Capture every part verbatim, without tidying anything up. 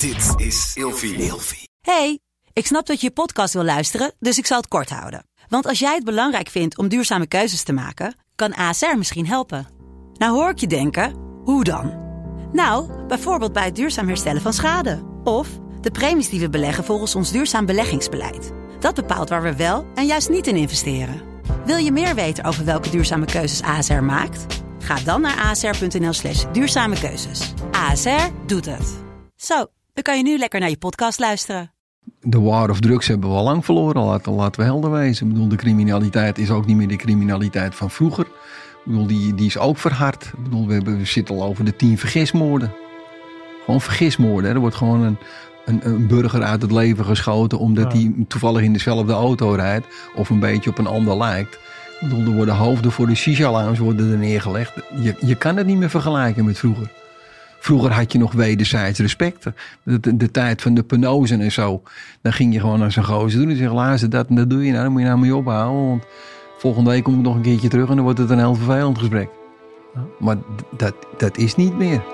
Dit is Ilfie. Hey, ik snap dat je je podcast wil luisteren, dus ik zal het kort houden. Want als jij het belangrijk vindt om duurzame keuzes te maken, kan A S R misschien helpen. Nou hoor ik je denken, hoe dan? Nou, bijvoorbeeld bij het duurzaam herstellen van schade. Of de premies die we beleggen volgens ons duurzaam beleggingsbeleid. Dat bepaalt waar we wel en juist niet in investeren. Wil je meer weten over welke duurzame keuzes A S R maakt? Ga dan naar asr.nl slash duurzame keuzes. A S R doet het. Zo, dan kan je nu lekker naar je podcast luisteren. De war of drugs hebben we al lang verloren, laten, laten we helder wezen. Ik bedoel, de criminaliteit is ook niet meer de criminaliteit van vroeger. Ik bedoel, die, die is ook verhard. Ik bedoel, we, hebben, we zitten al over de tien vergismoorden. Gewoon vergismoorden. Hè. Er wordt gewoon een, een, een burger uit het leven geschoten omdat hij ja. toevallig in dezelfde auto rijdt of een beetje op een ander lijkt. Ik bedoel, er worden hoofden voor de shisha-lounge worden er neergelegd. Je, je kan het niet meer vergelijken met vroeger. Vroeger had je nog wederzijds respect. De, de, de tijd van de penozen en zo. Dan ging je gewoon naar zo'n gozer doen en zeggen, luister, dat en dat doe je nou. Dan moet je nou mee ophouden. Want volgende week kom ik nog een keertje terug en dan wordt het een heel vervelend gesprek. Ja. Maar d- dat, dat is niet meer.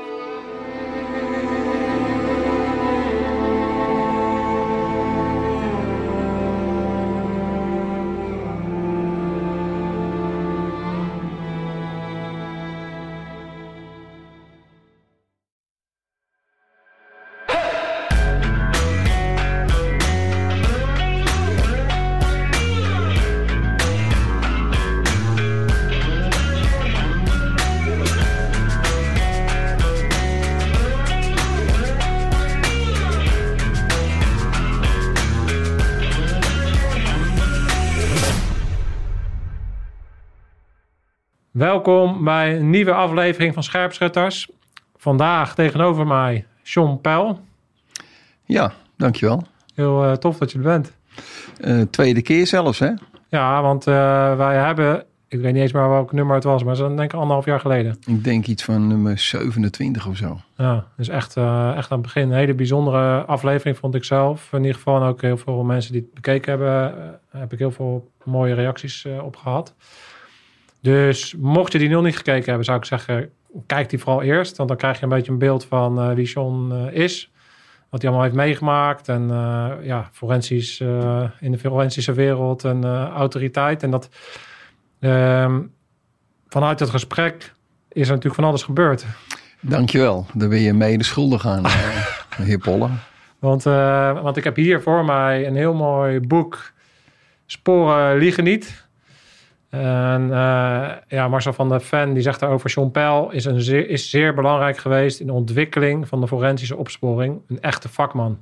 Welkom bij een nieuwe aflevering van Scherpschutters. Vandaag tegenover mij John Pel. Ja, dankjewel. Heel uh, tof dat je er bent. Uh, tweede keer zelfs, hè? Ja, want uh, wij hebben, ik weet niet eens meer welk nummer het was, maar dat is denk ik anderhalf jaar geleden. Ik denk iets van nummer zevenentwintig of zo. Ja, dus echt, uh, echt aan het begin een hele bijzondere aflevering vond ik zelf. In ieder geval en ook heel veel mensen die het bekeken hebben, uh, heb ik heel veel mooie reacties uh, op gehad. Dus mocht je die nog niet gekeken hebben, zou ik zeggen, kijk die vooral eerst. Want dan krijg je een beetje een beeld van uh, wie John uh, is. Wat hij allemaal heeft meegemaakt. En uh, ja, forensisch, uh, in de forensische wereld en uh, autoriteit. En dat uh, vanuit het gesprek is er natuurlijk van alles gebeurd. Dankjewel. Daar ben je mede schuldig aan, uh, heer Polle. Want, uh, want ik heb hier voor mij een heel mooi boek. Sporen liegen niet. En uh, ja, Marcel van der Ven die zegt daarover, John Pel is, een zeer, is zeer belangrijk geweest in de ontwikkeling van de forensische opsporing. Een echte vakman.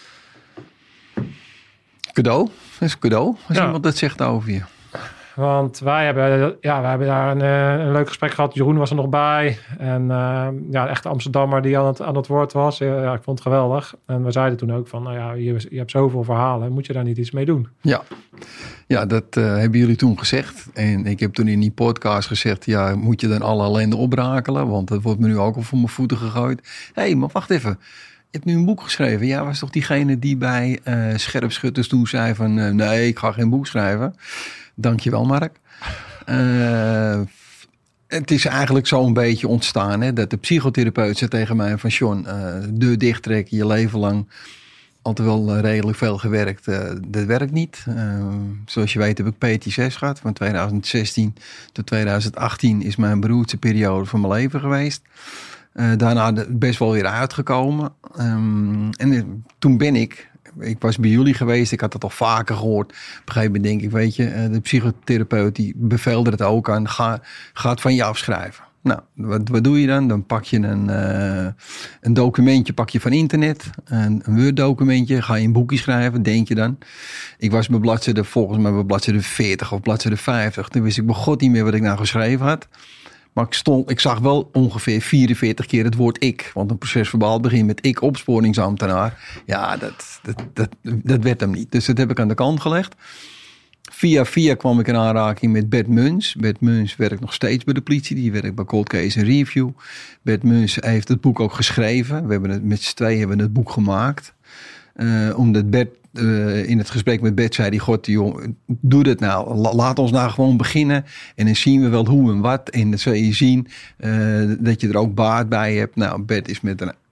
Cadeau. Dat is een cadeau als ja. iemand dat zegt over je. Want wij hebben, ja, wij hebben daar een, een leuk gesprek gehad. Jeroen was er nog bij. En uh, ja, een echte Amsterdammer die aan het, aan het woord was. Ja, ik vond het geweldig. En we zeiden toen ook van, nou ja, je, je hebt zoveel verhalen. Moet je daar niet iets mee doen? Ja, ja dat uh, hebben jullie toen gezegd. En ik heb toen in die podcast gezegd, ja, moet je dan alle ellende oprakelen? Want dat wordt me nu ook al voor mijn voeten gegooid. Hé, hey, maar wacht even. Je hebt nu een boek geschreven. Ja, was toch diegene die bij uh, Scherpschutters toen zei van, uh, nee, ik ga geen boek schrijven. Dankjewel, Mark. Uh, het is eigenlijk zo een beetje ontstaan, hè, dat de psychotherapeut zei tegen mij van, John, uh, deur dicht trekken, je leven lang altijd wel uh, redelijk veel gewerkt. Uh, dat werkt niet. Uh, zoals je weet heb ik P T S S gehad. Van twintig zestien tot twintig achttien is mijn beroerdste periode van mijn leven geweest. Uh, daarna best wel weer uitgekomen. Um, en uh, toen ben ik... Ik was bij jullie geweest, ik had dat al vaker gehoord. Op een gegeven moment denk ik, weet je, de psychotherapeut die beveelde het ook aan, ga, ga het van je afschrijven. Nou, wat, wat doe je dan? Dan pak je een, uh, een documentje pak je van internet, een, een Word documentje, ga je een boekje schrijven, denk je dan. Ik was bij bladzijde, volgens mij bij bladzijde veertig of bladzijde vijftig. Toen wist ik bij God niet meer wat ik nou geschreven had. Maar ik, stond, ik zag wel ongeveer vierenveertig keer het woord ik. Want een procesverbaal begint met ik opsporingsambtenaar. Ja, dat, dat, dat, dat werd hem niet. Dus dat heb ik aan de kant gelegd. Via via kwam ik in aanraking met Bert Muns. Bert Muns werkt nog steeds bij de politie. Die werkt bij Cold Case en Review. Bert Muns heeft het boek ook geschreven. We hebben het met z'n tweeën hebben het boek gemaakt. Uh, omdat Bert uh, in het gesprek met Bert zei die God, joh, doe dat nou. La, laat ons nou gewoon beginnen. En dan zien we wel hoe en wat. En dan zul je zien uh, dat je er ook baat bij hebt. Nou, Bert is met een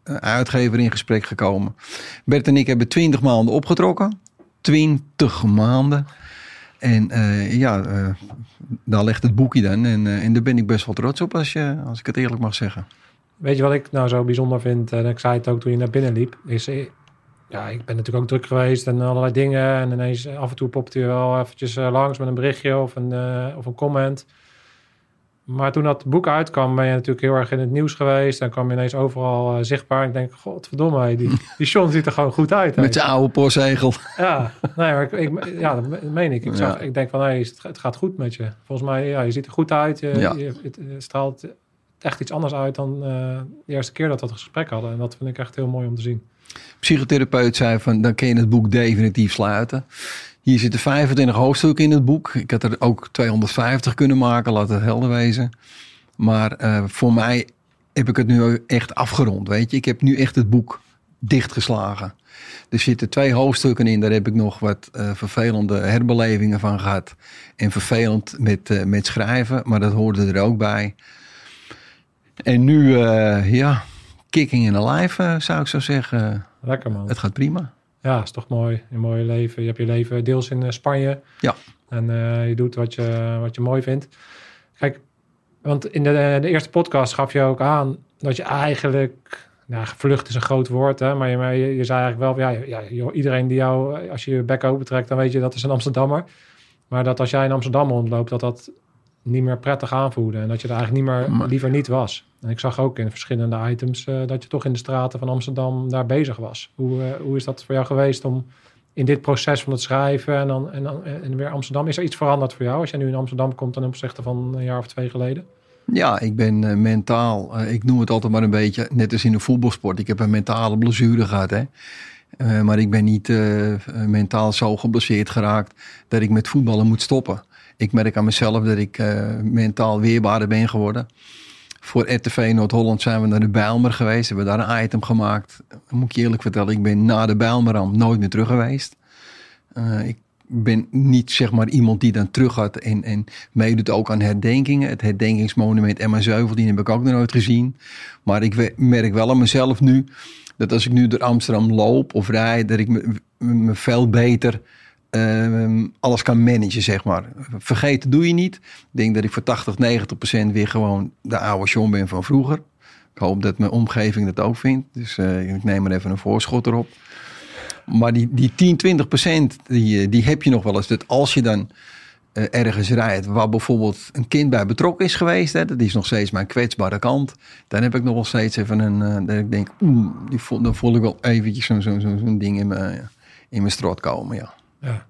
uh, uitgever in gesprek gekomen. Bert en ik hebben twintig maanden opgetrokken. Twintig maanden. En uh, ja, uh, daar ligt het boekje dan. En, uh, en daar ben ik best wel trots op, als, je, als ik het eerlijk mag zeggen. Weet je wat ik nou zo bijzonder vind? En ik zei het ook toen je naar binnen liep. Is, ja, ik ben natuurlijk ook druk geweest en allerlei dingen. En ineens af en toe popt hij wel eventjes uh, langs met een berichtje of een, uh, of een comment. Maar toen dat boek uitkwam, ben je natuurlijk heel erg in het nieuws geweest. En kwam je ineens overal uh, zichtbaar. En ik denk, godverdomme, die, die Sean ziet er gewoon goed uit. Met zijn oude postzegel. Ja, nee, maar ik, ik, ja, dat meen ik. Ik, zag, ja. ik denk van, hey, het gaat goed met je. Volgens mij, ja, je ziet er goed uit. Je, ja. je, het, het straalt echt iets anders uit dan uh, de eerste keer dat we dat gesprek hadden. En dat vind ik echt heel mooi om te zien. Psychotherapeut zei van, dan kun je het boek definitief sluiten. Hier zitten vijfentwintig hoofdstukken in het boek. Ik had er ook tweehonderdvijftig kunnen maken, laat het helder wezen. Maar uh, voor mij heb ik het nu echt afgerond, weet je. Ik heb nu echt het boek dichtgeslagen. Er zitten twee hoofdstukken in, daar heb ik nog wat uh, vervelende herbelevingen van gehad. En vervelend met, uh, met schrijven, maar dat hoorde er ook bij. En nu, uh, ja, kicking in alive, uh, zou ik zo zeggen. Lekker, man. Het gaat prima. Ja, is toch mooi. Een mooie leven. Je hebt je leven deels in Spanje. Ja. En uh, je doet wat je, wat je mooi vindt. Kijk, want in de, de eerste podcast gaf je ook aan dat je eigenlijk... Nou, gevlucht is een groot woord, hè, maar je, je, je zei eigenlijk wel... Ja, ja, joh, iedereen die jou, als je je bek open trekt, dan weet je dat is een Amsterdammer. Maar dat als jij in Amsterdam rondloopt, dat dat niet meer prettig aanvoelde. En dat je er eigenlijk niet meer, maar... liever niet was. En ik zag ook in verschillende items uh, dat je toch in de straten van Amsterdam daar bezig was. Hoe, uh, hoe is dat voor jou geweest om in dit proces van het schrijven en dan, en dan en weer Amsterdam? Is er iets veranderd voor jou als jij nu in Amsterdam komt ten opzichte van een jaar of twee geleden? Ja, ik ben uh, mentaal, uh, ik noem het altijd maar een beetje, net als in de voetbalsport. Ik heb een mentale blessure gehad, hè. Uh, maar ik ben niet uh, mentaal zo geblesseerd geraakt dat ik met voetballen moet stoppen. Ik merk aan mezelf dat ik uh, mentaal weerbaarder ben geworden. Voor R T V Noord-Holland zijn we naar de Bijlmer geweest. Hebben we daar een item gemaakt. Moet ik je eerlijk vertellen, ik ben na de Bijlmerramp nooit meer terug geweest. Uh, ik ben niet zeg maar iemand die dan terug gaat en, en meedoet ook aan herdenkingen. Het herdenkingsmonument M A zeventien heb ik ook nog nooit gezien. Maar ik merk wel aan mezelf nu dat als ik nu door Amsterdam loop of rijd, dat ik me, me veel beter uh, alles kan managen, zeg maar. Vergeten doe je niet. Ik denk dat ik voor tachtig, negentig procent weer gewoon de oude John ben van vroeger. Ik hoop dat mijn omgeving dat ook vindt. Dus uh, ik neem er even een voorschot erop. Maar die, die tien, twintig procent, die, die heb je nog wel eens. Dat als je dan uh, ergens rijdt waar bijvoorbeeld een kind bij betrokken is geweest, hè, dat is nog steeds mijn kwetsbare kant. Dan heb ik nog wel steeds even een, uh, dat ik denk, oeh, die voel, dan voel ik wel eventjes zo'n zo, zo, zo'n ding in mijn, uh, in mijn strot komen, ja. Ja.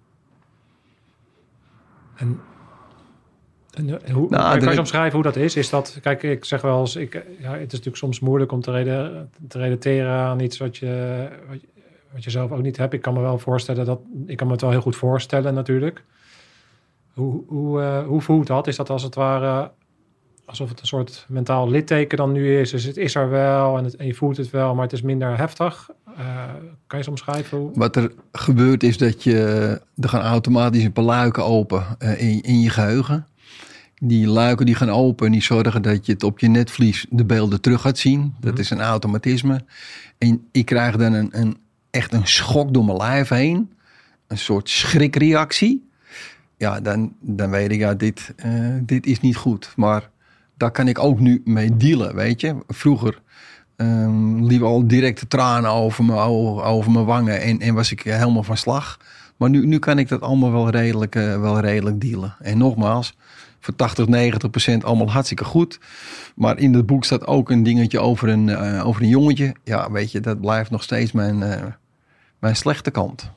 En, en hoe, nou, kan je omschrijven hoe dat is? Is dat, kijk, ik zeg wel eens, ik, ja, het is natuurlijk soms moeilijk om te, reden, te relateren aan iets wat je, wat je Wat je zelf ook niet hebt. Ik kan me wel voorstellen dat... Ik kan me het wel heel goed voorstellen natuurlijk. Hoe, hoe, uh, hoe voelt dat? Is dat als het ware... alsof het een soort mentaal litteken dan nu is? Dus het is er wel en, het, en je voelt het wel, maar het is minder heftig. Uh, kan je eens omschrijven? Hoe? Wat er gebeurt is dat je... Er gaan automatisch een paar luiken open uh, in, in je geheugen. Die luiken die gaan open en die zorgen dat je het op je netvlies de beelden terug gaat zien. Dat mm-hmm. is een automatisme. En ik krijg dan een... een echt een schok door mijn lijf heen. Een soort schrikreactie. Ja, dan, dan weet ik, ja, dit, uh, dit is niet goed. Maar daar kan ik ook nu mee dealen, weet je. Vroeger um, liepen al direct de tranen over mijn ogen, over mijn wangen. En, en was ik helemaal van slag. Maar nu, nu kan ik dat allemaal wel redelijk, uh, wel redelijk dealen. En nogmaals, voor tachtig, negentig procent allemaal hartstikke goed. Maar in het boek staat ook een dingetje over een, uh, over een jongetje. Ja, weet je, dat blijft nog steeds mijn... Uh, Mijn slechte kant.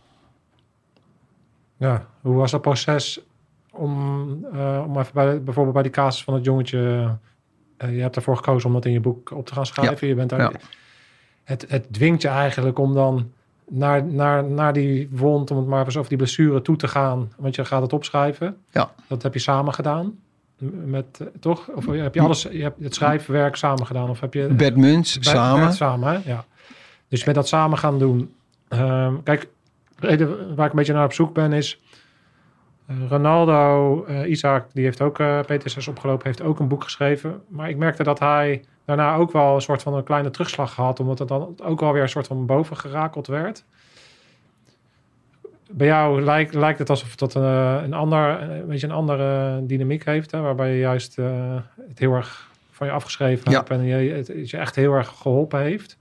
Ja, hoe was dat proces om, uh, om even bij, bijvoorbeeld bij die casus van het jongetje... Uh, je hebt ervoor gekozen om dat in je boek op te gaan schrijven. Ja. Je bent daar, ja. het, het dwingt je eigenlijk om dan naar, naar, naar die wond, om het maar eens over die blessure toe te gaan. Want je gaat het opschrijven. Ja. Dat heb je samen gedaan. Met, uh, toch? Of heb je alles, je hebt het schrijfwerk samen gedaan? Of heb je Bert Muns, Bert, samen. Bert samen, hè? Ja. Dus met dat samen gaan doen... Um, kijk, de reden waar ik een beetje naar op zoek ben is... Uh, Ronaldo, uh, Isaac, die heeft ook uh, P T S S opgelopen... heeft ook een boek geschreven. Maar ik merkte dat hij daarna ook wel een soort van een kleine terugslag gehad, omdat het dan ook wel weer een soort van boven gerakeld werd. Bij jou lijkt, lijkt het alsof dat een, een, ander, een beetje een andere dynamiek heeft, hè, waarbij je juist uh, het heel erg van je afgeschreven Ja. hebt en je, het, het je echt heel erg geholpen heeft.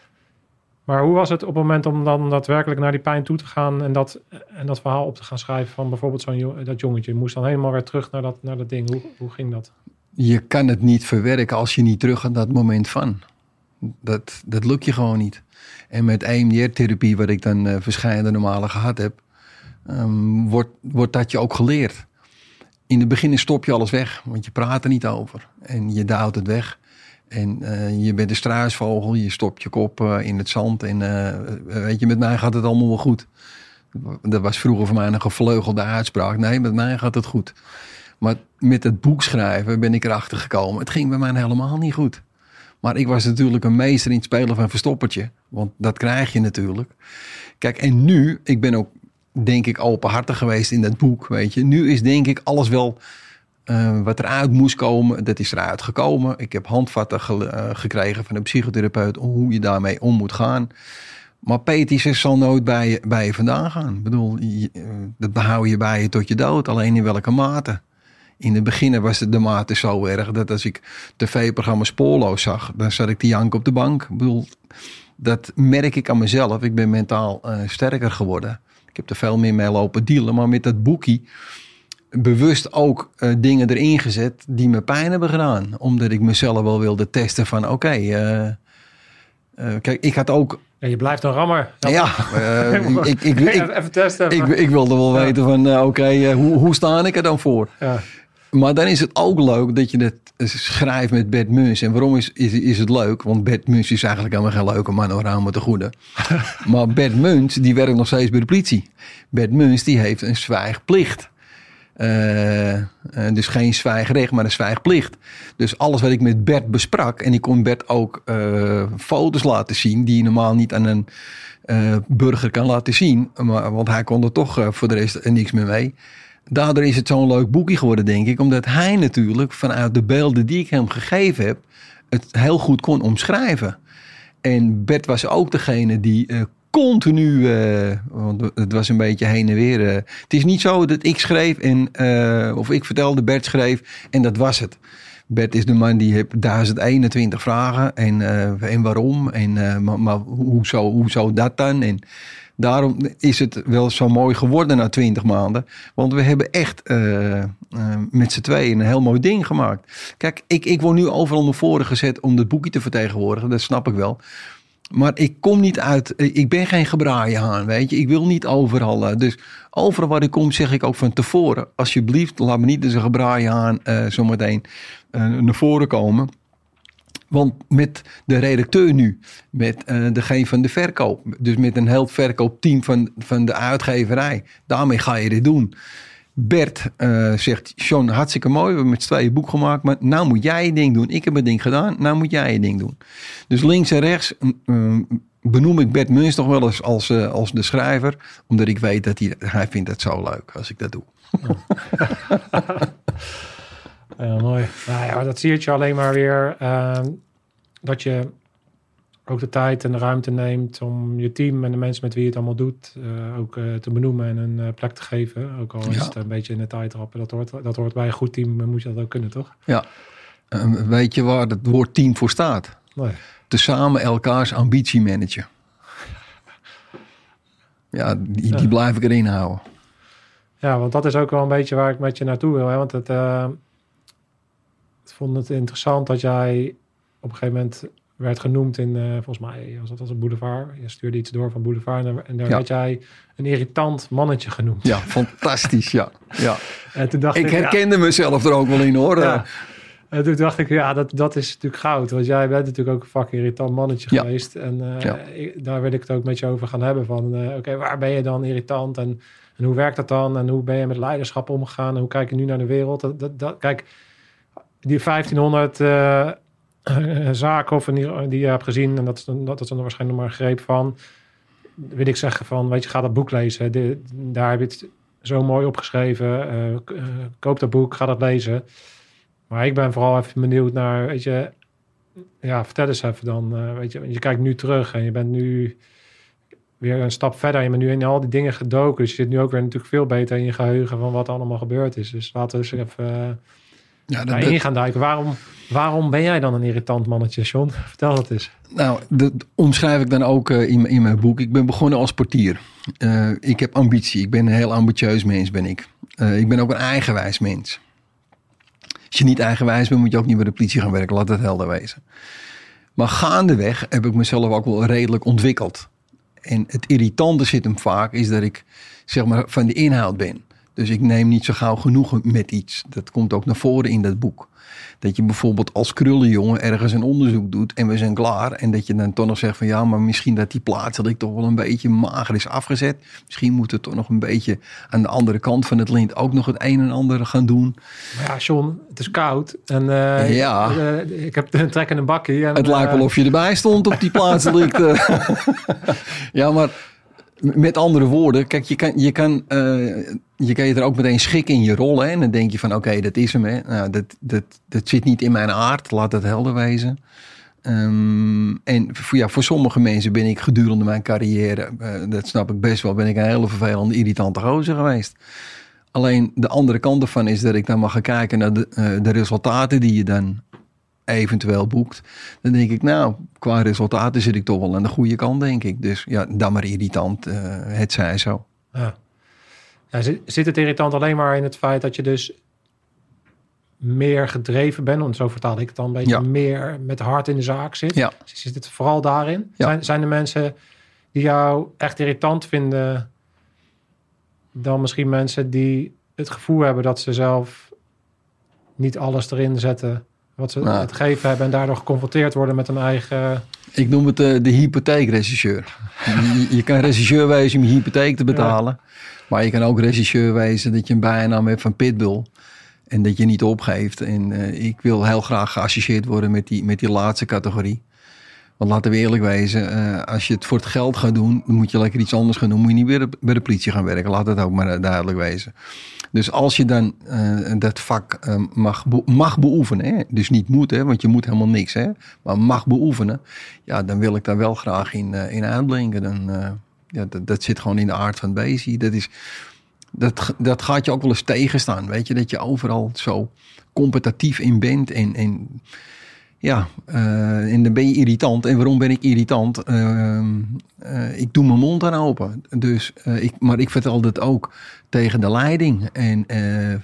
Maar hoe was het op het moment om dan daadwerkelijk naar die pijn toe te gaan en dat, en dat verhaal op te gaan schrijven van bijvoorbeeld zo'n jo- dat jongetje? Je moest dan helemaal weer terug naar dat, naar dat ding. Hoe, hoe ging dat? Je kan het niet verwerken als je niet terug gaat naar dat moment van. Dat, dat lukt je gewoon niet. En met E M D R-therapie, wat ik dan uh, verschillende malen gehad heb, um, wordt, wordt dat je ook geleerd. In het begin stop je alles weg, want je praat er niet over. En je duwt het weg. En uh, je bent een struisvogel, je stopt je kop uh, in het zand. En uh, weet je, met mij gaat het allemaal wel goed. Dat was vroeger voor mij een gevleugelde uitspraak. Nee, met mij gaat het goed. Maar met het boek schrijven ben ik erachter gekomen. Het ging bij mij helemaal niet goed. Maar ik was natuurlijk een meester in het spelen van verstoppertje. Want dat krijg je natuurlijk. Kijk, en nu, ik ben ook denk ik openhartig geweest in dat boek. Weet je. Nu is denk ik alles wel uh, wat eruit moest komen. Dat is eruit gekomen. Ik heb handvatten ge- uh, gekregen van een psychotherapeut. Hoe je daarmee om moet gaan. Maar P T S S zal nooit bij je, bij je vandaan gaan. Ik bedoel, je, uh, dat behoud je bij je tot je dood. Alleen in welke mate. In het begin was het de mate zo erg dat als ik tv-programma Spoorloos zag, dan zat ik te janken op de bank. Ik bedoel, dat merk ik aan mezelf. Ik ben mentaal uh, sterker geworden. Ik heb er veel meer mee lopen dealen. Maar met dat boekie bewust ook uh, dingen erin gezet die me pijn hebben gedaan. Omdat ik mezelf wel wilde testen van oké, okay, uh, uh, kijk, ik had ook... Ja, je blijft een rammer. Ja, ja uh, ik, ik, ik, ik, even testen. Ik, ik wilde wel ja. weten van uh, oké, okay, uh, hoe, hoe sta ik er dan voor? Ja. Maar dan is het ook leuk dat je het schrijft met Bert Muns. En waarom is, is, is het leuk? Want Bert Muns is eigenlijk helemaal geen leuke man, hoor, met de goede. Maar Bert Muns, die werkt nog steeds bij de politie. Bert Muns, die heeft een zwijgplicht. Uh, uh, dus geen zwijgrecht, maar een zwijgplicht. Dus alles wat ik met Bert besprak, en ik kon Bert ook uh, foto's laten zien die je normaal niet aan een uh, burger kan laten zien. Maar, want hij kon er toch uh, voor de rest niks meer mee. Daardoor is het zo'n leuk boekje geworden, denk ik. Omdat hij natuurlijk vanuit de beelden die ik hem gegeven heb, het heel goed kon omschrijven. En Bert was ook degene die uh, continu, uh, want het was een beetje heen en weer. Uh, het is niet zo dat ik schreef en, uh, of ik vertelde, Bert schreef en dat was het. Bert is de man die heeft duizend eenentwintig vragen en, uh, en waarom en uh, maar, maar hoezo, hoezo dat dan en... Daarom is het wel zo mooi geworden na twintig maanden. Want we hebben echt uh, uh, met z'n tweeën een heel mooi ding gemaakt. Kijk, ik, ik word nu overal naar voren gezet om het boekje te vertegenwoordigen. Dat snap ik wel. Maar ik kom niet uit... Ik ben geen gebraaien haan, weet je. Ik wil niet overal... Uh, dus overal waar ik kom zeg ik ook van tevoren. Alsjeblieft, laat me niet als een gebraaien haan uh, zometeen uh, naar voren komen. Want met de redacteur nu, met uh, degene van de verkoop, dus met een heel verkoopteam van, van de uitgeverij, daarmee ga je dit doen. Bert uh, zegt, John, hartstikke mooi, we hebben met z'n tweeën boek gemaakt, maar nou moet jij je ding doen. Ik heb mijn ding gedaan, nou moet jij je ding doen. Dus links en rechts uh, benoem ik Bert Muns nog wel eens als, uh, als de schrijver, omdat ik weet dat hij, hij vindt het zo leuk als ik dat doe. Ja, mooi. Nou ja, dat zie je alleen maar weer uh, dat je ook de tijd en de ruimte neemt om je team en de mensen met wie je het allemaal doet uh, ook uh, te benoemen en een uh, plek te geven. Ook al is ja. het een beetje in de tijd trappen. Dat hoort, dat hoort bij een goed team, moet je dat ook kunnen, toch? Ja. Uh, weet je waar het woord team voor staat? Nee. Tezamen elkaars ambitie managen. Ja, die, ja. die blijf ik erin houden. Ja, want dat is ook wel een beetje waar ik met je naartoe wil. Hè? Want het, uh, ik vond het interessant dat jij op een gegeven moment werd genoemd in, uh, volgens mij was dat als een boulevard. Je stuurde iets door van boulevard en, en daar ja. werd jij een irritant mannetje genoemd. Ja, fantastisch, ja. ja. En toen dacht ik, ik herkende ja, mezelf er ook wel in, hoor. Ja. En toen dacht ik, ja, dat, dat is natuurlijk goud. Want jij bent natuurlijk ook een fucking irritant mannetje ja. geweest. En uh, ja. ik, daar wil ik het ook met je over gaan hebben. Van, uh, oké, okay, waar ben je dan irritant? En, en hoe werkt dat dan? En hoe ben je met leiderschap omgegaan? En hoe kijk je nu naar de wereld? Dat, dat, dat, kijk, die vijftienhonderd uh, uh, zaken of die, die je hebt gezien... en dat is, dat is er waarschijnlijk nog maar een greep van... wil ik zeggen van, weet je, ga dat boek lezen. De, daar heb je het zo mooi opgeschreven. Uh, uh, koop dat boek, ga dat lezen... Maar ik ben vooral even benieuwd naar, weet je, ja, vertel eens even dan. Uh, weet je, je kijkt nu terug en je bent nu weer een stap verder. Je bent nu in al die dingen gedoken. Dus je zit nu ook weer natuurlijk veel beter in je geheugen van wat allemaal gebeurd is. Dus laten we eens even uh, ja, dat, in gaan duiken. Waarom, waarom ben jij dan een irritant mannetje, John? Vertel dat eens. Nou, dat omschrijf ik dan ook uh, in, in mijn boek. Ik ben begonnen als portier. Uh, ik heb ambitie. Ik ben een heel ambitieus mens, ben ik. Uh, ik ben ook een eigenwijs mens. Als je niet eigenwijs bent, moet je ook niet bij de politie gaan werken. Laat dat helder wezen. Maar gaandeweg heb ik mezelf ook wel redelijk ontwikkeld. En het irritante zit hem vaak, is dat ik zeg maar van de inhoud ben. Dus ik neem niet zo gauw genoegen met iets. Dat komt ook naar voren in dat boek. Dat je bijvoorbeeld als krullenjongen ergens een onderzoek doet en we zijn klaar. En dat je dan toch nog zegt van ja, maar misschien dat die plaats dat ik toch wel een beetje mager is afgezet. Misschien moeten we toch nog een beetje aan de andere kant van het lint ook nog het een en ander gaan doen. Maar ja, John, het is koud. En uh, ja. uh, ik heb een trek in een bakkie. En, het lijkt wel of je erbij stond op die plaats. ligt. Ja, maar met andere woorden, kijk, je kan je, kan, uh, je kan je er ook meteen schikken in je rol. Hè? En dan denk je van, oké, okay, dat is hem. Hè? Nou, dat, dat, dat zit niet in mijn aard, laat dat helder wezen. Um, en voor, ja, voor sommige mensen ben ik gedurende mijn carrière, uh, dat snap ik best wel, ben ik een hele vervelende, irritante gozer geweest. Alleen de andere kant ervan is dat ik dan mag gaan kijken naar de, uh, de resultaten die je dan eventueel boekt. Dan denk ik, nou, qua resultaten zit ik toch wel aan de goede kant, denk ik. Dus ja, dan maar irritant, uh, het zij zo. Ja. Ja, zit het irritant alleen maar in het feit dat je dus meer gedreven bent, want zo vertaal ik het dan een beetje, ja. meer met hart in de zaak zit? Ja. Zit het vooral daarin? Ja. Zijn, zijn er mensen die jou echt irritant vinden dan misschien mensen die het gevoel hebben dat ze zelf niet alles erin zetten wat ze nou. het geven hebben en daardoor geconfronteerd worden met een eigen... Ik noem het uh, de hypotheekregisseur. je, je kan regisseur wezen om je hypotheek te betalen. Ja. Maar je kan ook regisseur wezen dat je een bijnaam hebt van Pitbull. En dat je niet opgeeft. En uh, ik wil heel graag geassocieerd worden met die, met die laatste categorie. Want laten we eerlijk wezen, uh, als je het voor het geld gaat doen, dan moet je lekker iets anders gaan doen. Moet je niet weer bij de politie gaan werken. Laat dat ook maar duidelijk wezen. Dus als je dan uh, dat vak uh, mag, be- mag beoefenen, hè? Dus niet moet, hè? Want je moet helemaal niks, hè? Maar mag beoefenen, ja, dan wil ik daar wel graag in, uh, in uitblinken. Dan, uh, ja, dat, dat zit gewoon in de aard van het beestje. Dat is, dat, dat gaat je ook wel eens tegenstaan, weet je, dat je overal zo competitief in bent en, en ja, uh, en dan ben je irritant. En waarom ben ik irritant? Uh, uh, ik doe mijn mond aan open. Dus, uh, ik, maar ik vertel dat ook tegen de leiding. En uh,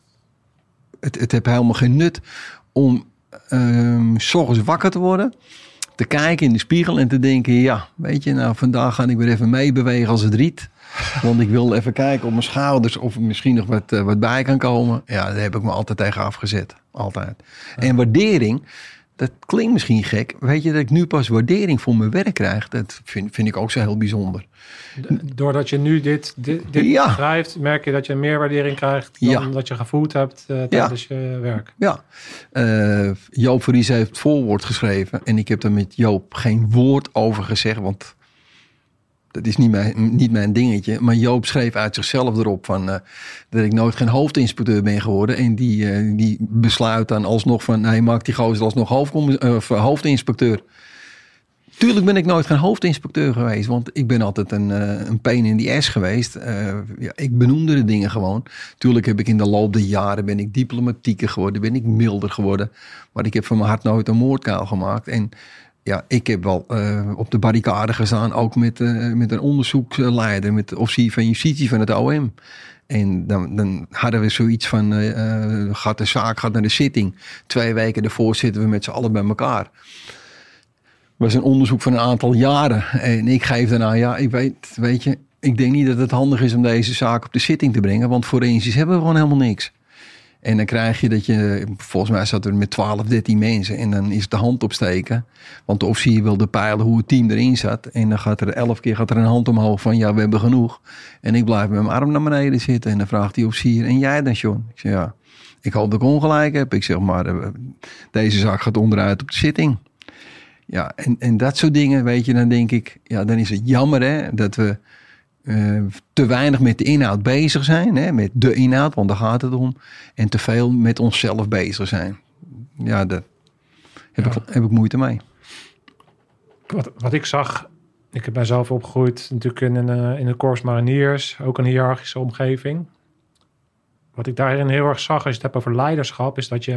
het, het heeft helemaal geen nut om uh, 's ochtends wakker te worden, te kijken in de spiegel en te denken, ja, weet je, nou vandaag ga ik weer even meebewegen als het riet. Want ik wil even kijken op mijn schouders of er misschien nog wat, uh, wat bij kan komen. Ja, daar heb ik me altijd tegen afgezet. Altijd. Ja. En waardering, dat klinkt misschien gek. Weet je dat ik nu pas waardering voor mijn werk krijg? Dat vind, vind ik ook zo heel bijzonder. Doordat je nu dit, dit, dit ja. schrijft, merk je dat je meer waardering krijgt dan ja. dat je gevoeld hebt uh, tijdens ja. je werk. Ja. Uh, Joop Verries heeft het voorwoord geschreven. En ik heb er met Joop geen woord over gezegd. Want dat is niet mijn, niet mijn dingetje. Maar Joop schreef uit zichzelf erop van uh, dat ik nooit geen hoofdinspecteur ben geworden. En die, uh, die besluit dan alsnog van, hij maakt die gozer alsnog hoofd, uh, hoofdinspecteur. Tuurlijk ben ik nooit geen hoofdinspecteur geweest. Want ik ben altijd een, uh, een pain in the ass geweest. Uh, ja, ik benoemde de dingen gewoon. Tuurlijk heb ik in de loop der jaren ben ik diplomatieker geworden. Ben ik milder geworden. Maar ik heb van mijn hart nooit een moordkuil gemaakt. En ja, ik heb wel uh, op de barricade gestaan. Ook met, uh, met een onderzoeksleider. Met de officier van justitie van het O M. En dan, dan hadden we zoiets van, uh, gaat de zaak gaat naar de zitting. Twee weken daarvoor zitten we met z'n allen bij elkaar. Het was een onderzoek van een aantal jaren. En ik geef daarna, ja, ik weet, weet je, ik denk niet dat het handig is om deze zaak op de zitting te brengen. Want forensisch hebben we gewoon helemaal niks. En dan krijg je dat je, volgens mij zat er met twaalf, dertien mensen. En dan is het de hand opsteken. Want de officier wilde peilen hoe het team erin zat. En dan gaat er elf keer gaat er een hand omhoog van, ja, we hebben genoeg. En ik blijf met mijn arm naar beneden zitten. En dan vraagt die officier, en jij dan, John? Ik zeg, ja, ik hoop dat ik ongelijk heb. Ik zeg, maar deze zaak gaat onderuit op de zitting. Ja, en, en dat soort dingen, weet je, dan denk ik, ja, dan is het jammer, hè, dat we uh, te weinig met de inhoud bezig zijn, hè, met de inhoud, want daar gaat het om, en te veel met onszelf bezig zijn. Ja, dat, heb, Ja. ik, heb ik moeite mee. Wat, wat ik zag, ik ben zelf opgegroeid natuurlijk in een, uh, in een korps mariniers, ook een hiërarchische omgeving. Wat ik daarin heel erg zag, als je het hebt over leiderschap, is dat je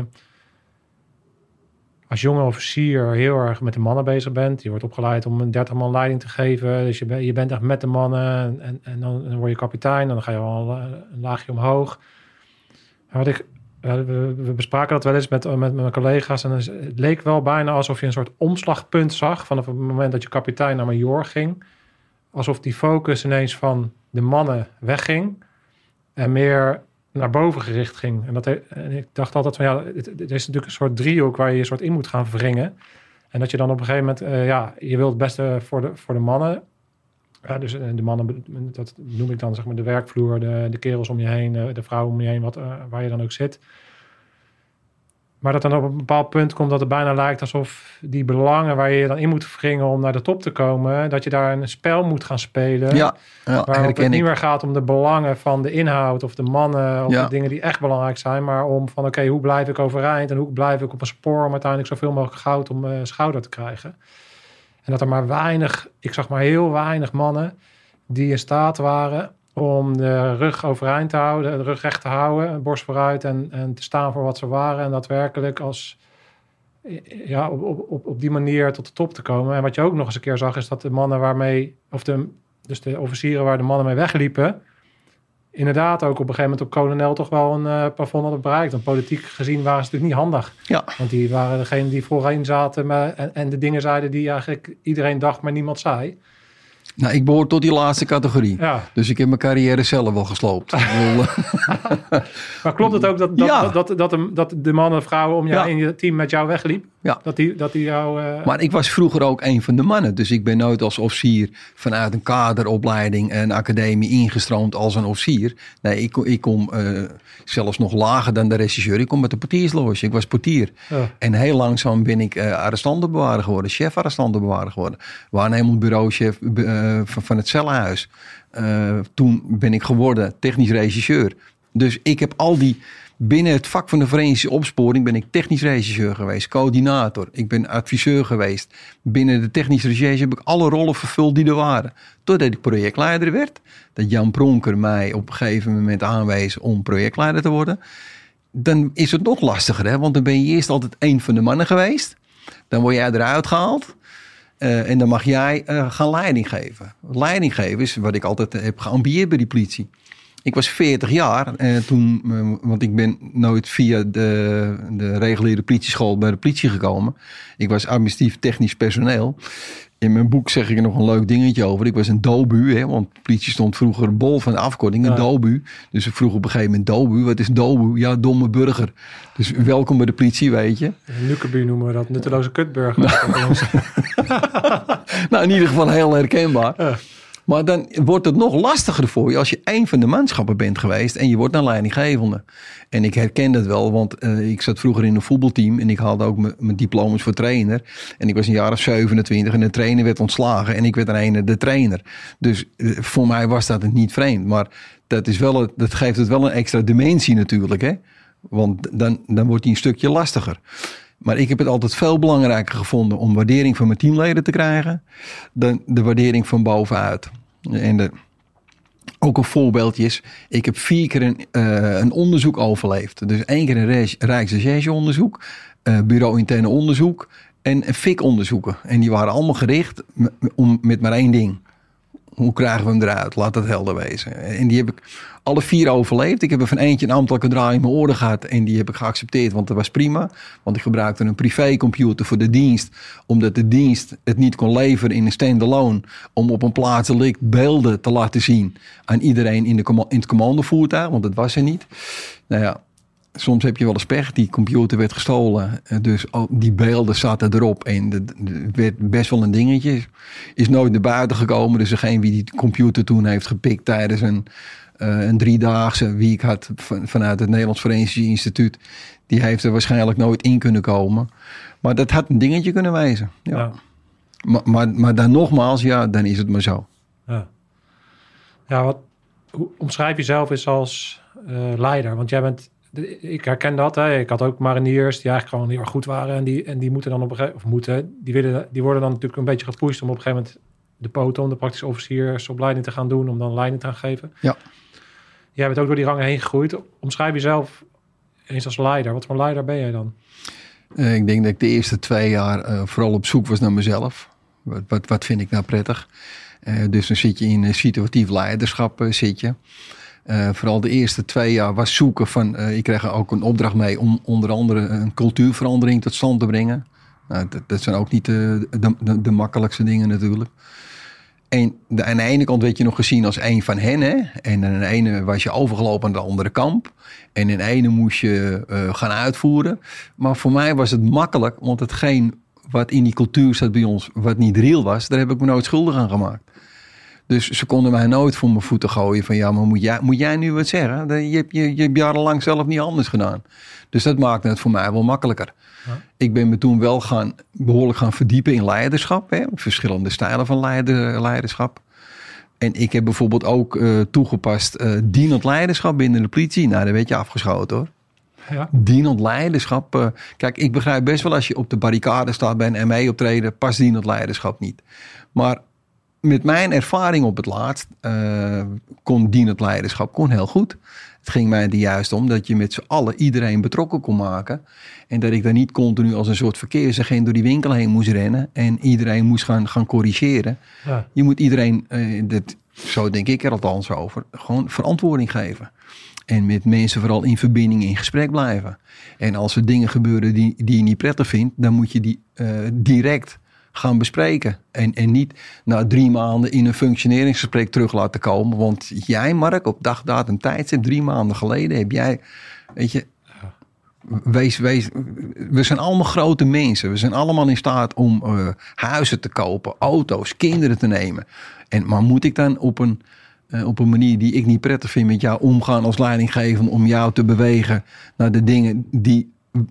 als jonge officier heel erg met de mannen bezig bent. Je wordt opgeleid om een dertig man leiding te geven. Dus je, ben, je bent echt met de mannen en, en dan, dan word je kapitein en dan ga je al een laagje omhoog. En wat ik, we, we bespraken dat wel eens met, met, met mijn collega's en het leek wel bijna alsof je een soort omslagpunt zag vanaf het moment dat je kapitein naar major ging. Alsof die focus ineens van de mannen wegging en meer naar boven gericht ging. En, dat, en ik dacht altijd van ja, het, het is natuurlijk een soort driehoek waar je je soort in moet gaan wringen. En dat je dan op een gegeven moment, uh, ja, je wilt het beste voor de, voor de mannen. Ja, dus de mannen, dat noem ik dan zeg maar de werkvloer, de, de kerels om je heen, de, de vrouwen om je heen, wat, uh, waar je dan ook zit. Maar dat dan op een bepaald punt komt dat het bijna lijkt alsof die belangen waar je je dan in moet wringen om naar de top te komen, dat je daar een spel moet gaan spelen. Ja, ja waarop het niet ik. meer gaat om de belangen van de inhoud of de mannen of Ja. de dingen die echt belangrijk zijn, maar om van oké, okay, hoe blijf ik overeind en hoe blijf ik op een spoor om uiteindelijk zoveel mogelijk goud om mijn schouder te krijgen. En dat er maar weinig, ik zag maar heel weinig mannen die in staat waren om de rug overeind te houden, de rug recht te houden, borst vooruit en, en te staan voor wat ze waren. En daadwerkelijk als, ja, op, op, op, op die manier tot de top te komen. En wat je ook nog eens een keer zag, is dat de mannen waarmee, of de, dus de officieren waar de mannen mee wegliepen, inderdaad ook op een gegeven moment op kolonel toch wel een uh, plafond hadden bereikt. Want politiek gezien waren ze natuurlijk niet handig. Ja. Want die waren degene die voorheen zaten maar, en, en de dingen zeiden die eigenlijk iedereen dacht, maar niemand zei. Nou, ik behoor tot die laatste categorie. Ja. Dus ik heb mijn carrière zelf wel gesloopt. Ik bedoel, Maar klopt het ook dat, dat, Ja. dat, dat, dat, de, dat de mannen en vrouwen om jou Ja. in je team met jou wegliep? Ja. Dat die, dat die jou... Uh... Maar ik was vroeger ook een van de mannen. Dus ik ben nooit als officier vanuit een kaderopleiding en academie ingestroomd als een officier. Nee, ik, ik kom uh, zelfs nog lager dan de regisseur. Ik kom met de portiersloge. Ik was portier. Ja. En heel langzaam ben ik uh, arrestantenbewaarder geworden. Chef arrestantenbewaarder geworden. Waarnemend bureauchef uh, van, van het cellenhuis. Uh, toen ben ik geworden technisch regisseur. Dus ik heb al die... Binnen het vak van de forensische opsporing ben ik technisch regisseur geweest, coördinator. Ik ben adviseur geweest. Binnen de technische recherche heb ik alle rollen vervuld die er waren. Totdat ik projectleider werd. Dat Jan Pronker mij op een gegeven moment aanwees om projectleider te worden. Dan is het nog lastiger, hè? Want dan ben je eerst altijd één van de mannen geweest. Dan word jij eruit gehaald. Uh, en dan mag jij uh, gaan leiding geven. Leiding geven is wat ik altijd heb geambieerd bij die politie. Ik was veertig jaar en toen, want ik ben nooit via de, de reguliere politieschool bij de politie gekomen. Ik was administratief technisch personeel. In mijn boek zeg ik er nog een leuk dingetje over. Ik was een dobu, hè, want de politie stond vroeger bol van de afkorting, een ja. dobu. Dus ik vroeg op een gegeven moment dobu. Wat is dobu? Ja, domme burger. Dus welkom bij de politie, weet je. In Nukebu noemen we dat nutteloze kutburger. Nou, in ieder geval heel herkenbaar. Ja. Maar dan wordt het nog lastiger voor je als je één van de manschappen bent geweest en je wordt dan leidinggevende. En ik herken dat wel, want uh, ik zat vroeger in een voetbalteam en ik haalde ook mijn diploma's voor trainer. En ik was een jaar of zevenentwintig en de trainer werd ontslagen en ik werd een de trainer. Dus uh, voor mij was dat niet vreemd. Maar dat, is wel, dat geeft het wel een extra dimensie natuurlijk, hè? Want dan, dan wordt die een stukje lastiger. Maar ik heb het altijd veel belangrijker gevonden om waardering van mijn teamleden te krijgen dan de waardering van bovenuit. En de, ook een voorbeeldje is, ik heb vier keer een, uh, een onderzoek overleefd. Dus één keer een Rijksrecherche-onderzoek, uh, bureau interne onderzoek en F I C-onderzoeken. En die waren allemaal gericht m- om, met maar één ding. Hoe krijgen we hem eruit? Laat dat helder wezen. En die heb ik alle vier overleefd. Ik heb er van eentje een ambtelijke draai in mijn oren gehad. En die heb ik geaccepteerd, want dat was prima. Want ik gebruikte een privécomputer voor de dienst. Omdat de dienst het niet kon leveren in een standalone. Om op een plaatselijk beelden te laten zien aan iedereen in, de, in het commandovoertuig. Want dat was er niet. Nou ja, soms heb je wel eens pech. Die computer werd gestolen. Dus die beelden zaten erop. En het werd best wel een dingetje. Is nooit naar buiten gekomen. Dus degene wie die computer toen heeft gepikt tijdens een, uh, een driedaagse wie ik had van, vanuit het Nederlands Forensisch Instituut. Die heeft er waarschijnlijk nooit in kunnen komen. Maar dat had een dingetje kunnen wezen. Ja. Ja. Maar, maar, maar dan nogmaals, ja, dan is het maar zo. Ja, ja wat, hoe omschrijf jezelf eens als uh, leider? Want jij bent ik herken dat. Hè. Ik had ook mariniers die eigenlijk gewoon heel erg goed waren. En die, en die moeten dan op een gegeven moment... Of moeten, die, willen, die worden dan natuurlijk een beetje gepusht om op een gegeven moment de peloton, de praktische officiersopleiding te gaan doen. Om dan leiding te gaan geven. Ja. Jij bent ook door die rangen heen gegroeid. Omschrijf jezelf eens als leider. Wat voor leider ben jij dan? Uh, ik denk dat ik de eerste twee jaar uh, vooral op zoek was naar mezelf. Wat, wat, wat vind ik nou prettig? Uh, dus dan zit je in uh, situatief leiderschap. Uh, zit je. Uh, vooral de eerste twee jaar was zoeken van... Uh, ik kreeg ook een opdracht mee om onder andere een cultuurverandering tot stand te brengen. Nou, dat, dat zijn ook niet de, de, de, de makkelijkste dingen natuurlijk. En de, aan de ene kant werd je nog gezien als een van hen. Hè? En aan de ene was je overgelopen naar de andere kamp. En in de ene moest je uh, gaan uitvoeren. Maar voor mij was het makkelijk. Want hetgeen wat in die cultuur zat bij ons, wat niet reëel was, daar heb ik me nooit schuldig aan gemaakt. Dus ze konden mij nooit voor mijn voeten gooien van ja, maar moet jij, moet jij nu wat zeggen? Je hebt, je, je hebt jarenlang zelf niet anders gedaan. Dus dat maakte het voor mij wel makkelijker. Ja. Ik ben me toen wel gaan, behoorlijk gaan verdiepen in leiderschap. Hè? Verschillende stijlen van leider, leiderschap. En ik heb bijvoorbeeld ook uh, toegepast uh, dienend leiderschap binnen de politie. Nou, daar werd je afgeschoten hoor. Ja. Dienend leiderschap. Uh, kijk, ik begrijp best wel als je op de barricade staat bij een M E optreden, past dienend leiderschap niet. Maar met mijn ervaring op het laatst uh, kon dienend leiderschap kon heel goed. Het ging mij er juist om dat je met z'n allen iedereen betrokken kon maken. En dat ik daar niet continu als een soort verkeersagent door die winkel heen moest rennen. En iedereen moest gaan, gaan corrigeren. Ja. Je moet iedereen, uh, dat, zo denk ik er althans over, gewoon verantwoording geven. En met mensen vooral in verbinding in gesprek blijven. En als er dingen gebeuren die, die je niet prettig vindt, dan moet je die uh, direct gaan bespreken. En, en niet na drie maanden in een functioneringsgesprek terug laten komen. Want jij, Mark, op dag, datum, tijdstip, drie maanden geleden heb jij, weet je, wees, wees, we zijn allemaal grote mensen. We zijn allemaal in staat om uh, huizen te kopen, auto's, kinderen te nemen. En, maar moet ik dan op een, uh, op een manier die ik niet prettig vind met jou omgaan als leidinggever om jou te bewegen naar de dingen die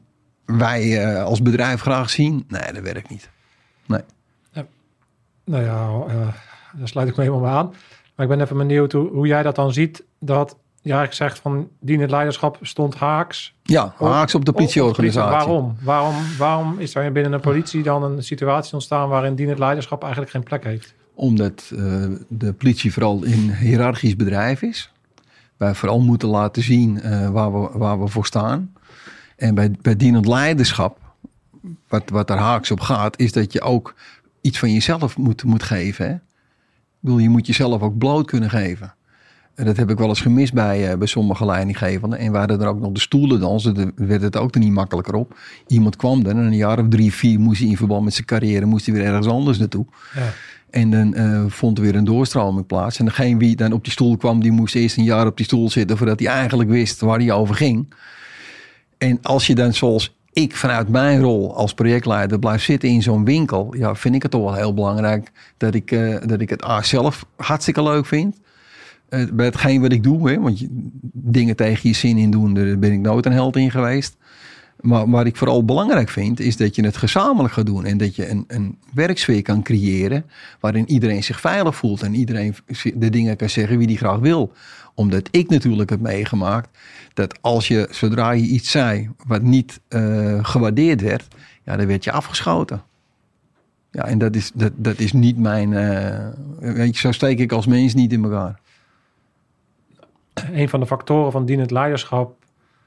wij uh, als bedrijf graag zien? Nee, dat werkt niet. Nee. Ja, nou ja, uh, daar sluit ik me helemaal bij aan. Maar ik ben even benieuwd hoe, hoe jij dat dan ziet. Dat ja, ik zeg van dienend leiderschap stond haaks. Ja, haaks op de politieorganisatie. Waarom? Waarom? Waarom is er binnen een politie dan een situatie ontstaan waarin dienend leiderschap eigenlijk geen plek heeft? Omdat uh, de politie vooral een hiërarchisch bedrijf is. Wij vooral moeten laten zien uh, waar, we, waar we voor staan. En bij, bij dienend leiderschap, Wat, wat er haaks op gaat, is dat je ook iets van jezelf moet, moet geven. Hè? Ik bedoel, je moet jezelf ook bloot kunnen geven. En dat heb ik wel eens gemist bij, uh, bij sommige leidinggevenden. En we hadden er ook nog de stoelen dansen. Daar werd het ook er niet makkelijker op. Iemand kwam er en een jaar of drie, vier moest hij in verband met zijn carrière moest hij weer ergens anders naartoe. Ja. En dan uh, vond er weer een doorstroming plaats. En degene wie dan op die stoel kwam, die moest eerst een jaar op die stoel zitten voordat hij eigenlijk wist waar hij over ging. En als je dan zoals ik vanuit mijn rol als projectleider blijf zitten in zo'n winkel, ja, vind ik het toch wel heel belangrijk dat ik, uh, dat ik het A zelf hartstikke leuk vind. Uh, bij hetgeen wat ik doe, hè, want je, dingen tegen je zin in doen, daar ben ik nooit een held in geweest. Maar wat ik vooral belangrijk vind, is dat je het gezamenlijk gaat doen. En dat je een, een werksfeer kan creëren waarin iedereen zich veilig voelt. En iedereen de dingen kan zeggen wie die graag wil. Omdat ik natuurlijk heb meegemaakt dat als je, zodra je iets zei wat niet uh, gewaardeerd werd, ja, dan werd je afgeschoten. Ja, en dat is, dat, dat is niet mijn, uh, weet je, zo steek ik als mens niet in elkaar. Een van de factoren van dienend leiderschap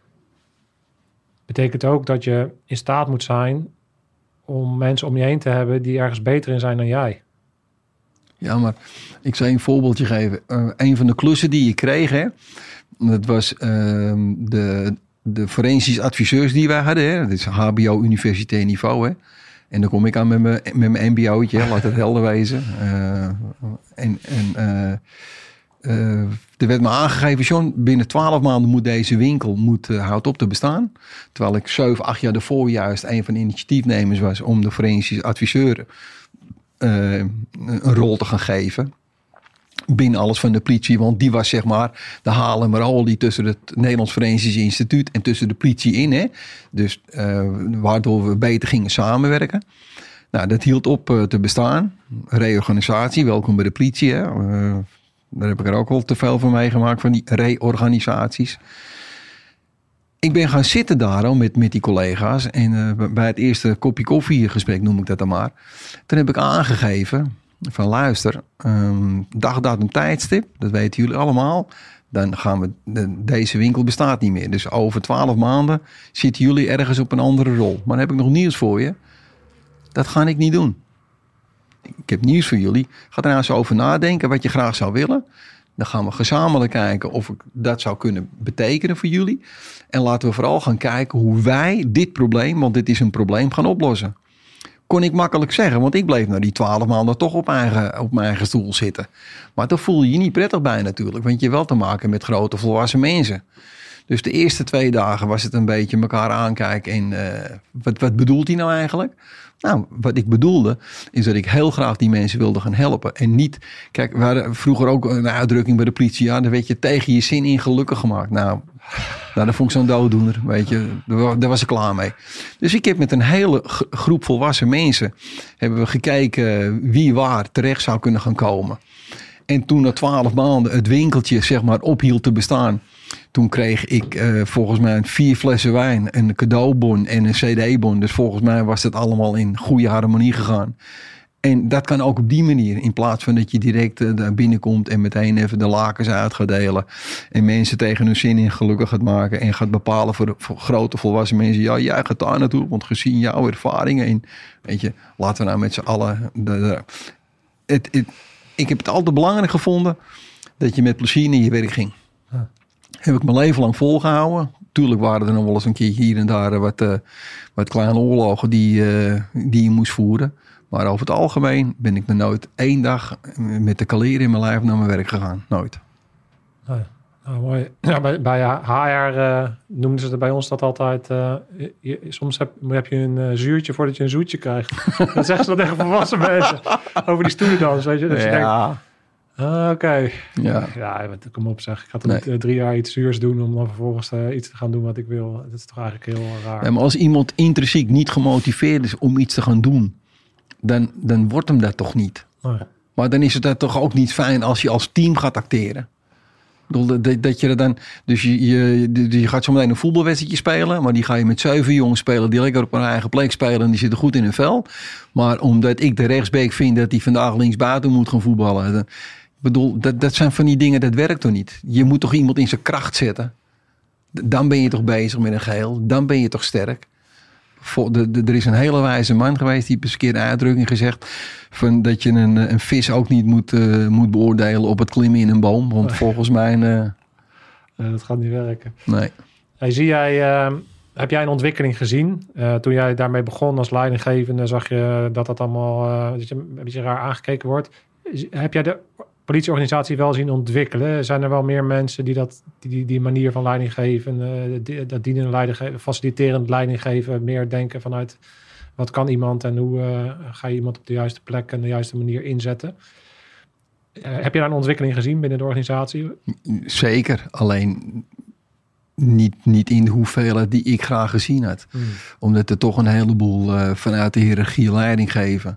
betekent ook dat je in staat moet zijn om mensen om je heen te hebben die ergens beter in zijn dan jij. Ja, maar ik zal je een voorbeeldje geven. Uh, een van de klussen die je kreeg, hè, dat was uh, de, de forensische adviseurs die wij hadden. Hè. Dat is H B O universitair niveau. Hè. En dan kom ik aan met mijn, met mijn M B O'tje, laat het helder wezen. Uh, en en uh, uh, er werd me aangegeven, John, binnen twaalf maanden moet deze winkel moet, uh, houdt op te bestaan. Terwijl ik zeven, acht jaar daarvoor juist een van de initiatiefnemers was om de forensische adviseuren uh, een rol te gaan geven. Binnen alles van de politie, want die was zeg maar de haal en rol die tussen het Nederlands Forensisch Instituut en tussen de politie in. Hè? Dus uh, waardoor we beter gingen samenwerken. Nou, dat hield op uh, te bestaan. Reorganisatie, welkom bij de politie. Hè? Uh, daar heb ik er ook al te veel van meegemaakt, van die reorganisaties. ik ben gaan zitten daar met, met die collega's. En uh, bij het eerste kopje koffiegesprek, noem ik dat dan maar. Toen heb ik aangegeven van luister, um, dag, datum, tijdstip. Dat weten jullie allemaal. Dan gaan we, de, deze winkel bestaat niet meer. Dus over twaalf maanden zitten jullie ergens op een andere rol. Maar dan heb ik nog nieuws voor je. Dat ga ik niet doen. Ik heb nieuws voor jullie. Ga er nou eens over nadenken wat je graag zou willen. Dan gaan we gezamenlijk kijken of ik dat zou kunnen betekenen voor jullie. En laten we vooral gaan kijken hoe wij dit probleem, want dit is een probleem, gaan oplossen. Kon ik makkelijk zeggen, want ik bleef na die twaalf maanden toch op, eigen, op mijn eigen stoel zitten. Maar daar voel je je niet prettig bij natuurlijk, want je hebt wel te maken met grote volwassen mensen. Dus de eerste twee dagen was het een beetje elkaar aankijken en uh, wat, wat bedoelt hij nou eigenlijk? Nou, wat ik bedoelde is dat ik heel graag die mensen wilde gaan helpen. En niet, kijk, we hadden vroeger ook een uitdrukking bij de politie. Ja, dan werd je tegen je zin in gelukkig gemaakt. Nou, nou dat vond ik zo'n dooddoener, weet je. Daar was ik klaar mee. Dus ik heb met een hele groep volwassen mensen hebben we gekeken wie waar terecht zou kunnen gaan komen. En toen na twaalf maanden het winkeltje zeg maar ophield te bestaan. Toen kreeg ik uh, volgens mij vier flessen wijn, een cadeaubon en een cd-bon. Dus volgens mij was het allemaal in goede harmonie gegaan. En dat kan ook op die manier. In plaats van dat je direct uh, daar binnenkomt en meteen even de lakens uit gaat delen. En mensen tegen hun zin in gelukkig gaat maken. En gaat bepalen voor, voor grote volwassen mensen. Ja, jij gaat daar naartoe. Want gezien jouw ervaringen. En, weet je, laten we nou met z'n allen. De, de, het, het, ik heb het altijd belangrijk gevonden dat je met plezier naar je werk ging. Huh. Heb ik mijn leven lang volgehouden. Tuurlijk waren er nog wel eens een keer hier en daar wat, uh, wat kleine oorlogen die, uh, die je moest voeren. Maar over het algemeen ben ik er nooit één dag met de kaleren in mijn lijf naar mijn werk gegaan. Nooit. Nou, nou, mooi. Ja, bij, bij H R uh, noemden ze er bij ons dat altijd. Uh, je, soms heb, heb je een uh, zuurtje voordat je een zoetje krijgt. Dan zeggen ze dat tegen volwassen mensen. Over die stoelendans, weet je. Dus ja. Je denkt, Ah, Oké. Okay. Ja. ja, kom op zeg. Ik ga toch niet nee. uh, drie jaar iets zuurs doen om dan vervolgens uh, iets te gaan doen wat ik wil. Dat is toch eigenlijk heel raar. Ja, maar als iemand intrinsiek niet gemotiveerd is om iets te gaan doen, dan, dan wordt hem dat toch niet. Oh ja. Maar dan is het dat toch ook niet fijn als je als team gaat acteren. Ik bedoel, dat, dat je er dan, dus je, je, je gaat zo meteen een voetbalwedstrijdje spelen, maar die ga je met zeven jongens spelen die lekker op hun eigen plek spelen en die zitten goed in hun vel. Maar omdat ik de rechtsbeek vind dat die vandaag linksbuiten moet gaan voetballen. Dan, Ik bedoel, dat, dat zijn van die dingen, dat werkt toch niet? Je moet toch iemand in zijn kracht zetten? Dan ben je toch bezig met een geheel? Dan ben je toch sterk? De, de, er is een hele wijze man geweest die heeft eens een keer de uitdrukking gezegd van dat je een, een vis ook niet moet, uh, moet beoordelen op het klimmen in een boom. Want volgens mij... Uh, nee, dat gaat niet werken. Nee. Hey, zie jij, uh, heb jij een ontwikkeling gezien? Uh, toen jij daarmee begon als leidinggevende, zag je dat dat allemaal uh, dat je een beetje raar aangekeken wordt. Heb jij de politieorganisatie wel zien ontwikkelen? Zijn er wel meer mensen die dat, die, die manier van leiding geven, uh, die, dat dienende leiding geven, faciliterend leiding geven, meer denken vanuit wat kan iemand en hoe uh, ga je iemand op de juiste plek en de juiste manier inzetten? Uh, heb je daar een ontwikkeling gezien binnen de organisatie? Zeker, alleen niet, niet in de hoeveelheid die ik graag gezien had. Hmm. Omdat er toch een heleboel uh, vanuit de hiërarchie leiding geven.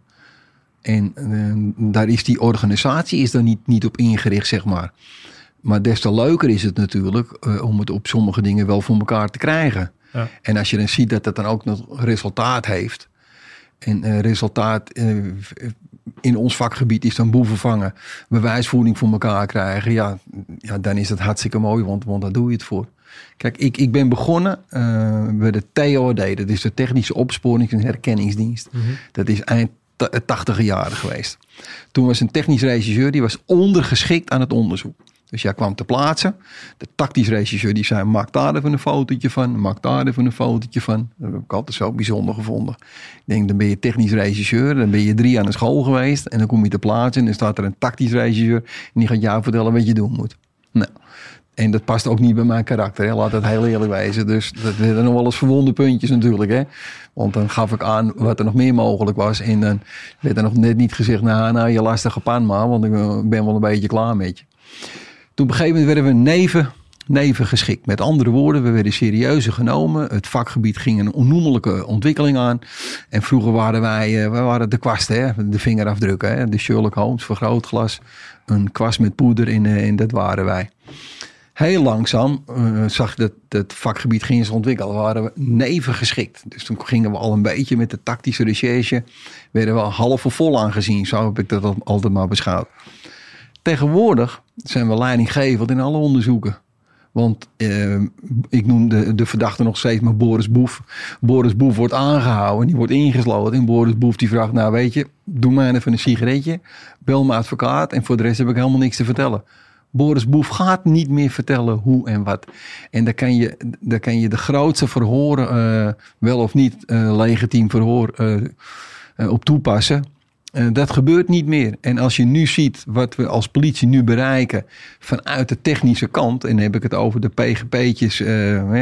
En uh, daar is die organisatie is daar niet, niet op ingericht, zeg maar. Maar des te leuker is het natuurlijk uh, om het op sommige dingen wel voor elkaar te krijgen. Ja. En als je dan ziet dat het dan ook nog resultaat heeft. En uh, resultaat uh, in ons vakgebied is dan boeven vangen. Bewijsvoering voor elkaar krijgen. Ja, ja dan is dat hartstikke mooi, want, want daar doe je het voor. Kijk, ik, ik ben begonnen uh, bij de T O R D. Dat is de Technische Opsporings- en Herkenningsdienst. Mm-hmm. Dat is eind tachtiger jaren geweest. Toen was een technisch regisseur, die was ondergeschikt aan het onderzoek. Dus jij kwam te plaatsen. De tactisch regisseur die zei, maak daar even een fotootje van. Maak daar even een fotootje van. Dat heb ik altijd zo bijzonder gevonden. Ik denk, dan ben je technisch regisseur. Dan ben je drie aan de school geweest. En dan kom je te plaatsen. En dan staat er een tactisch regisseur. En die gaat jou vertellen wat je doen moet. Nou, en dat past ook niet bij mijn karakter. Hè? Laat het heel eerlijk wezen. Dus dat werden nog wel eens verwonde puntjes natuurlijk. Hè? Want dan gaf ik aan wat er nog meer mogelijk was. En dan werd er nog net niet gezegd, nou, nou je lastige pan maar. Want ik ben wel een beetje klaar met je. Toen op een gegeven moment werden we neven, neven geschikt. Met andere woorden, we werden serieuzer genomen. Het vakgebied ging een onnoemelijke ontwikkeling aan. En vroeger waren wij, wij waren de kwasten, hè? De vingerafdrukken. Hè? De Sherlock Holmes, vergrootglas. Een kwast met poeder in, en dat waren wij. heel langzaam uh, zag dat het vakgebied ging zich ontwikkelen. Waren we neven geschikt. Dus toen gingen we al een beetje met de tactische recherche. Werden we al half of vol aangezien. Zo heb ik dat altijd maar beschouwd. Tegenwoordig zijn we leidinggevend in alle onderzoeken. Want uh, ik noem de, de verdachte nog steeds maar Boris Boef. Boris Boef wordt aangehouden. Die wordt ingesloten. En Boris Boef die vraagt, nou weet je, doe mij even een sigaretje. Bel mijn advocaat. En voor de rest heb ik helemaal niks te vertellen. Boris Boef gaat niet meer vertellen hoe en wat. En daar kan je, daar kan je de grootste verhoren, uh, wel of niet uh, legitiem verhoor uh, uh, op toepassen. Uh, dat gebeurt niet meer. En als je nu ziet wat we als politie nu bereiken vanuit de technische kant, en dan heb ik het over de P G P'tjes, uh,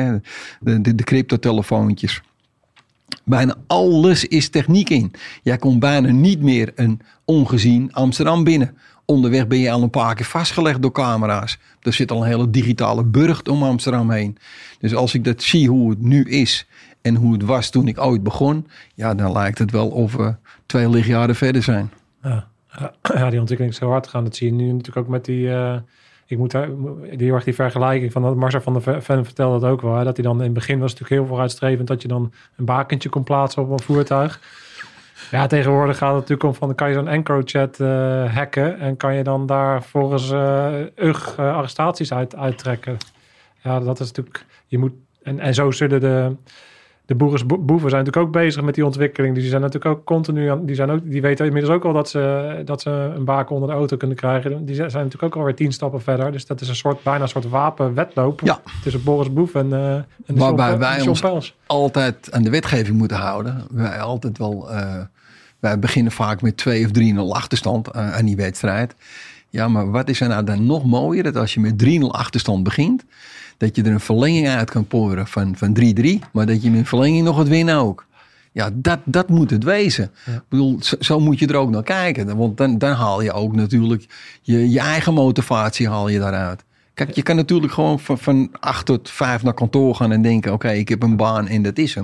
de, de, de cryptotelefoontjes. Bijna alles is techniek in. Jij komt bijna niet meer een ongezien Amsterdam binnen. Onderweg ben je al een paar keer vastgelegd door camera's. Er zit al een hele digitale burcht om Amsterdam heen. Dus als ik dat zie hoe het nu is en hoe het was toen ik ooit begon, ja, dan lijkt het wel of we twee lichtjaren verder zijn. Ja, ja, die ontwikkeling is zo hard gaan. Dat zie je nu natuurlijk ook met die... Uh, ik moet daar, die, heel erg die vergelijking van... Marcel van der Ven vertelde dat ook wel. Hè, dat hij dan in het begin was natuurlijk heel vooruitstrevend... dat je dan een bakentje kon plaatsen op een voertuig. Ja, tegenwoordig gaat het natuurlijk om van... kan je zo'n EncroChat uh, hacken... en kan je dan daar volgens uh, U G uh, arrestaties uit, uittrekken. Ja, dat is natuurlijk... Je moet, en, en zo zullen de... De boeren, boeven zijn natuurlijk ook bezig met die ontwikkeling. Die zijn natuurlijk ook continu aan, die zijn ook, die weten inmiddels ook al dat ze, dat ze een baken onder de auto kunnen krijgen. Die zijn natuurlijk ook alweer tien stappen verder. Dus dat is een soort, bijna een soort wapenwedloop ja. tussen Boris Boef en, uh, en de Waarbij John, wij John ons Pels. altijd aan de wetgeving moeten houden. Wij altijd wel, uh, wij beginnen vaak met twee of drie nul achterstand uh, aan die wedstrijd. Ja, maar wat is er nou dan nog mooier? Dat als je met drie nul achterstand begint, dat je er een verlenging uit kan poren van, van drie drie. Maar dat je met verlenging nog het winnen ook. Ja, dat, dat moet het wezen. Ja. Ik bedoel, zo, zo moet je er ook naar kijken. Want dan, dan haal je ook natuurlijk je, je eigen motivatie haal je daaruit. Kijk, je kan natuurlijk gewoon van, van acht tot vijf naar kantoor gaan en denken, oké, okay, ik heb een baan en dat is hem.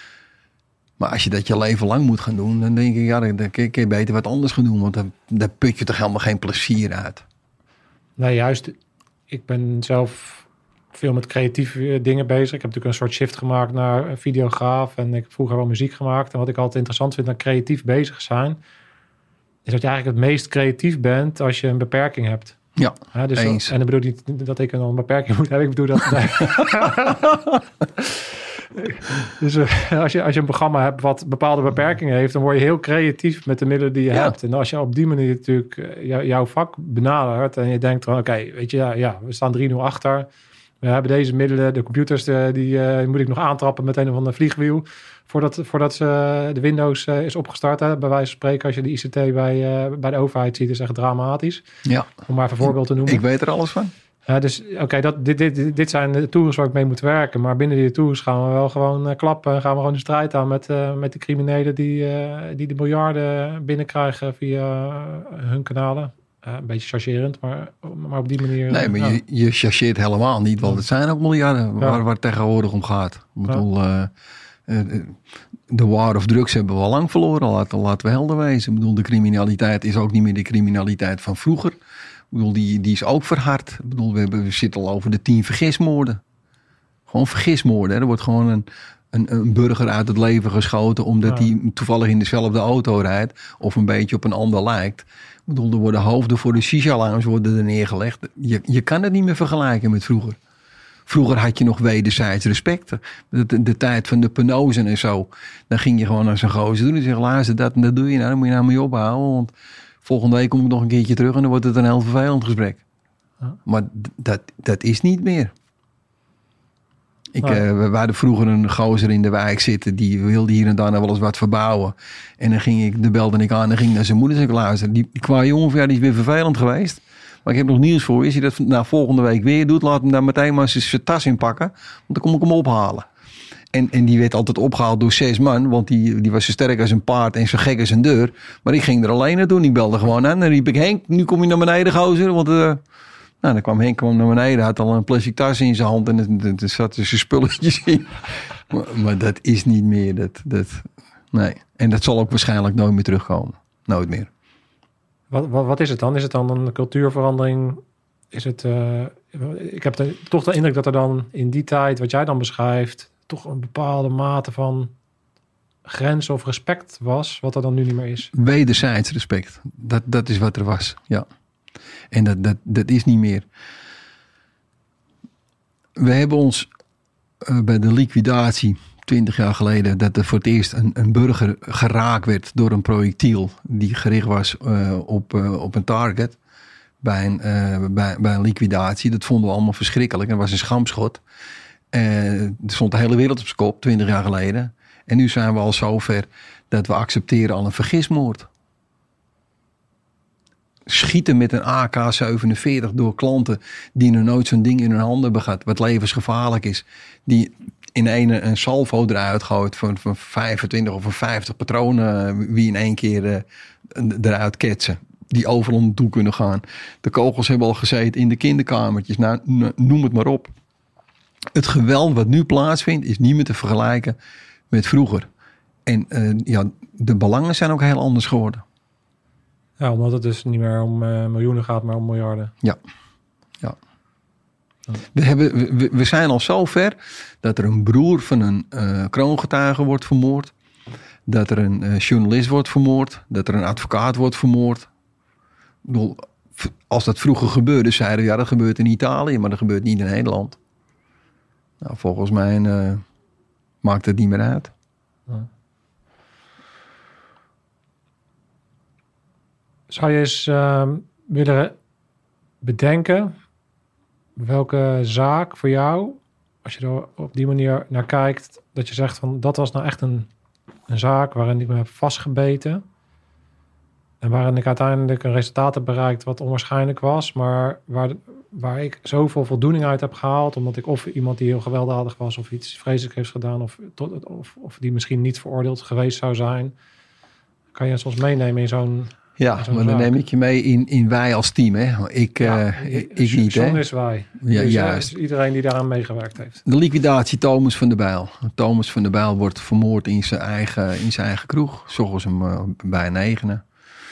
Maar als je dat je leven lang moet gaan doen, dan denk ik, ja, dan, dan kun je beter wat anders gaan doen. Want dan, dan put je toch helemaal geen plezier uit. Nee, juist. Ik ben zelf veel met creatieve dingen bezig. Ik heb natuurlijk een soort shift gemaakt naar videograaf. En ik heb vroeger wel muziek gemaakt. En wat ik altijd interessant vind aan creatief bezig zijn, is dat je eigenlijk het meest creatief bent als je een beperking hebt. Ja, ja dus eens. Dat, en dat bedoel niet dat ik een beperking moet hebben. Ik bedoel dat... Dus uh, als, je, als je een programma hebt wat bepaalde beperkingen heeft, dan word je heel creatief met de middelen die je ja. hebt. En als je op die manier natuurlijk uh, jou, jouw vak benadert en je denkt van oké, okay, weet je, ja, ja, we staan drie nul achter. We hebben deze middelen, de computers, de, die uh, moet ik nog aantrappen met een of ander vliegwiel. Voordat, voordat ze, de Windows uh, is opgestart. Hè. Bij wijze van spreken, als je de I C T bij, uh, bij de overheid ziet, is echt dramatisch. Ja. Om maar even een voorbeeld te noemen. Ik weet er alles van. Uh, dus oké, okay, dit, dit, dit zijn de tours waar ik mee moet werken. Maar binnen die tours gaan we wel gewoon uh, klappen. Gaan we gewoon de strijd aan met, uh, met de criminelen die, uh, die de miljarden binnenkrijgen via uh, hun kanalen. Uh, een beetje chargerend, maar, maar op die manier... Nee, maar ja. je, je chargeert helemaal niet. Want het zijn ook miljarden ja. waar, waar het tegenwoordig om gaat. Ik bedoel, ja. uh, uh, de war of drugs hebben we al lang verloren. Laten, laten we helder wezen. Ik bedoel, de criminaliteit is ook niet meer de criminaliteit van vroeger. Ik bedoel, die, die is ook verhard. Ik bedoel, we, hebben, we zitten al over de tien vergismoorden. Gewoon vergismoorden. Hè. Er wordt gewoon een, een, een burger uit het leven geschoten omdat hij ja. toevallig in dezelfde auto rijdt of een beetje op een ander lijkt. Ik bedoel, er worden hoofden voor de shisha-lounge worden er neergelegd. Je, je kan het niet meer vergelijken met vroeger. Vroeger had je nog wederzijds respect. De, de, de tijd van de penozen en zo. Dan ging je gewoon naar zo'n gozer doen en zeggen, luister, dat en dat doe je nou. Dan moet je nou mee ophouden, want volgende week kom ik nog een keertje terug en dan wordt het een heel vervelend gesprek. Ja. Maar dat, dat is niet meer. Ik, ja. uh, we hadden vroeger een gozer in de wijk zitten, die wilde hier en daar nog wel eens wat verbouwen. En dan ging ik, de belde ik aan en ging naar zijn moeder en zei, luister, die, die qua jongen van ja, die is weer vervelend geweest. Maar ik heb nog nieuws voor je. Als je dat nou, volgende week weer doet, laat hem dan meteen maar zijn tas inpakken. Want dan kom ik hem ophalen. En, en die werd altijd opgehaald door zes man. Want die, die was zo sterk als een paard en zo gek als een deur. Maar ik ging er alleen naartoe. Ik belde gewoon aan. En dan riep ik, Henk, nu kom je naar beneden, gozer. Want uh, nou, dan kwam Henk kwam naar beneden. Had al een plastic tas in zijn hand. En er zaten zijn spulletjes in. maar, maar dat is niet meer. Dat, dat, nee. En dat zal ook waarschijnlijk nooit meer terugkomen. Nooit meer. Wat, wat, wat is het dan? Is het dan een cultuurverandering? Is het, uh, ik heb de, toch de indruk dat er dan in die tijd, wat jij dan beschrijft, toch een bepaalde mate van grens of respect was, wat er dan nu niet meer is. Wederzijds respect. Dat, dat is wat er was, ja. En dat, dat, dat is niet meer. We hebben ons uh, bij de liquidatie twintig jaar geleden, dat er voor het eerst een, een burger geraakt werd door een projectiel die gericht was uh, op, uh, op een target bij een, uh, bij, bij een liquidatie. Dat vonden we allemaal verschrikkelijk. Er was een schampschot. Uh, er stond de hele wereld op zijn kop, twintig jaar geleden. En nu zijn we al zover dat we accepteren al een vergismoord. Schieten met een A K zevenenveertig door klanten die nog nooit zo'n ding in hun handen hebben gehad, wat levensgevaarlijk is. Die in een, een salvo eruit gooit van, van vijfentwintig of van vijftig patronen wie in één keer uh, eruit ketsen. Die overal naartoe kunnen gaan. De kogels hebben al gezeten in de kinderkamertjes. Nou, noem het maar op. Het geweld wat nu plaatsvindt is niet meer te vergelijken met vroeger. En uh, ja, de belangen zijn ook heel anders geworden. Ja, omdat het dus niet meer om uh, miljoenen gaat, maar om miljarden. Ja, ja. We, hebben, we, we zijn al zo ver dat er een broer van een uh, kroongetuige wordt vermoord. Dat er een uh, journalist wordt vermoord. Dat er een advocaat wordt vermoord. Ik bedoel, als dat vroeger gebeurde, zeiden we ja, dat gebeurt in Italië, maar dat gebeurt niet in Nederland. Nou, volgens mij uh, maakt het niet meer uit. Ja. Zou je eens uh, willen bedenken welke zaak voor jou, als je er op die manier naar kijkt, dat je zegt van dat was nou echt een, een zaak waarin ik me heb vastgebeten en waarin ik uiteindelijk een resultaat heb bereikt wat onwaarschijnlijk was, maar waar, waar ik zoveel voldoening uit heb gehaald, omdat ik of iemand die heel gewelddadig was of iets vreselijk heeft gedaan of, of, of die misschien niet veroordeeld geweest zou zijn. Kan je ons meenemen in zo'n Ja, maar zaak. Dan neem ik je mee in, in wij als team. Hè? Ik, ja, uh, ik, ik niet. John is wij. Ja, dus, juist. Uh, iedereen die daaraan meegewerkt heeft. De liquidatie Thomas van der Bijl. Thomas van der Bijl wordt vermoord in zijn eigen, in zijn eigen kroeg. 's Ochtends om uh, bij negenen.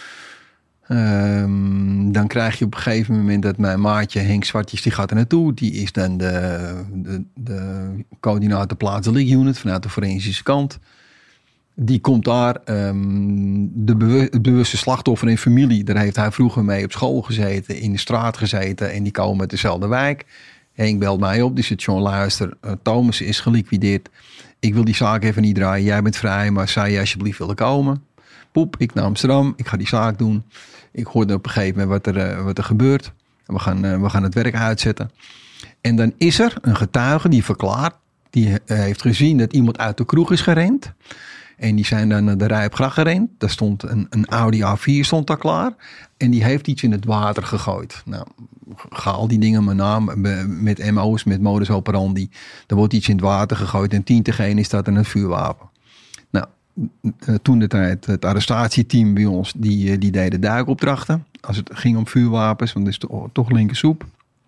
Um, dan krijg je op een gegeven moment dat mijn maatje Henk Zwartjes, die gaat er naartoe. Die is dan de, de, de coördinator plaatselijk unit vanuit de forensische kant. Die komt daar, um, de bewust, het bewuste slachtoffer en familie, daar heeft hij vroeger mee op school gezeten, in de straat gezeten en die komen uit dezelfde wijk. Henk belt mij op, die zegt, John, luister, uh, Thomas is geliquideerd. Ik wil die zaak even niet draaien, jij bent vrij, maar zou je alsjeblieft willen komen? Poep, ik naar Amsterdam, ik ga die zaak doen. Ik hoorde op een gegeven moment wat er, uh, wat er gebeurt. We gaan, uh, we gaan het werk uitzetten. En dan is er een getuige die verklaart, die uh, heeft gezien dat iemand uit de kroeg is gerend. En die zijn dan naar de Rijpgracht gerend. Daar stond een, een Audi A vier stond daar klaar. En die heeft iets in het water gegooid. Nou, ga al die dingen maar na. Met M O's, met modus operandi. Er wordt iets in het water gegooid. En tien tegen één is dat een vuurwapen. Nou, toen de tijd, het arrestatieteam bij ons, die, die deden duikopdrachten. Als het ging om vuurwapens, want dat is toch, toch linkersoep.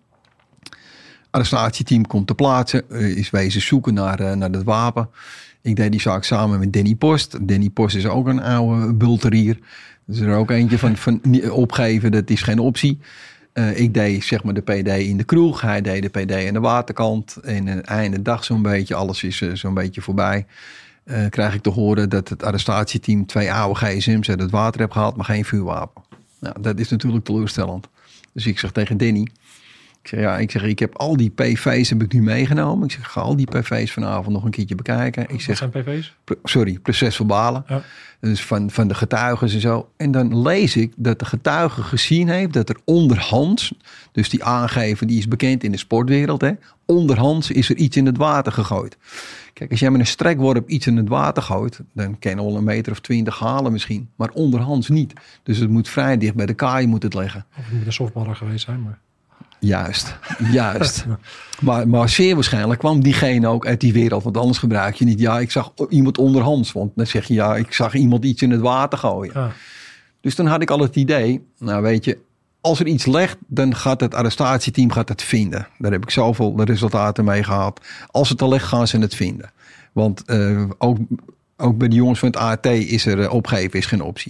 Arrestatieteam komt ter plaatse. Is wezen zoeken naar, naar dat wapen. Ik deed die zaak samen met Danny Post. Danny Post is ook een oude bulterier. Dus er ook eentje van, van opgeven, dat is geen optie. Uh, ik deed zeg maar de P D in de kroeg. Hij deed de P D aan de waterkant. En aan het einde dag zo'n beetje, alles is uh, zo'n beetje voorbij. Uh, krijg ik te horen dat het arrestatieteam twee oude G S M's uit het water heeft gehaald, maar geen vuurwapen. Nou, dat is natuurlijk teleurstellend. Dus ik zeg tegen Danny. Ik zeg, ja, ik zeg, ik heb al die P V's heb ik nu meegenomen. Ik zeg, ga al die P V's vanavond nog een keertje bekijken. Ik zeg, wat zijn P V's? Sorry, procesverbalen. Ja. Dus van, van de getuigen en zo. En dan lees ik dat de getuige gezien heeft dat er onderhands, dus die aangever die is bekend in de sportwereld, hè, onderhands is er iets in het water gegooid. Kijk, als jij met een strekworp iets in het water gooit, dan kan je al een meter of twintig halen misschien. Maar onderhands niet. Dus het moet vrij dicht bij de kaai moet het liggen. Of het moet een softballer geweest zijn, maar... Juist, juist. maar, maar zeer waarschijnlijk kwam diegene ook uit die wereld. Want anders gebruik je niet, ja, ik zag iemand onderhands. Want dan zeg je, ja, ik zag iemand iets in het water gooien. Ah. Dus dan had ik al het idee, nou weet je, als er iets legt, dan gaat het arrestatieteam gaat het vinden. Daar heb ik zoveel resultaten mee gehad. Als het er ligt, gaan ze het vinden. Want uh, ook, ook bij de jongens van het A R T is er uh, opgeven is geen optie.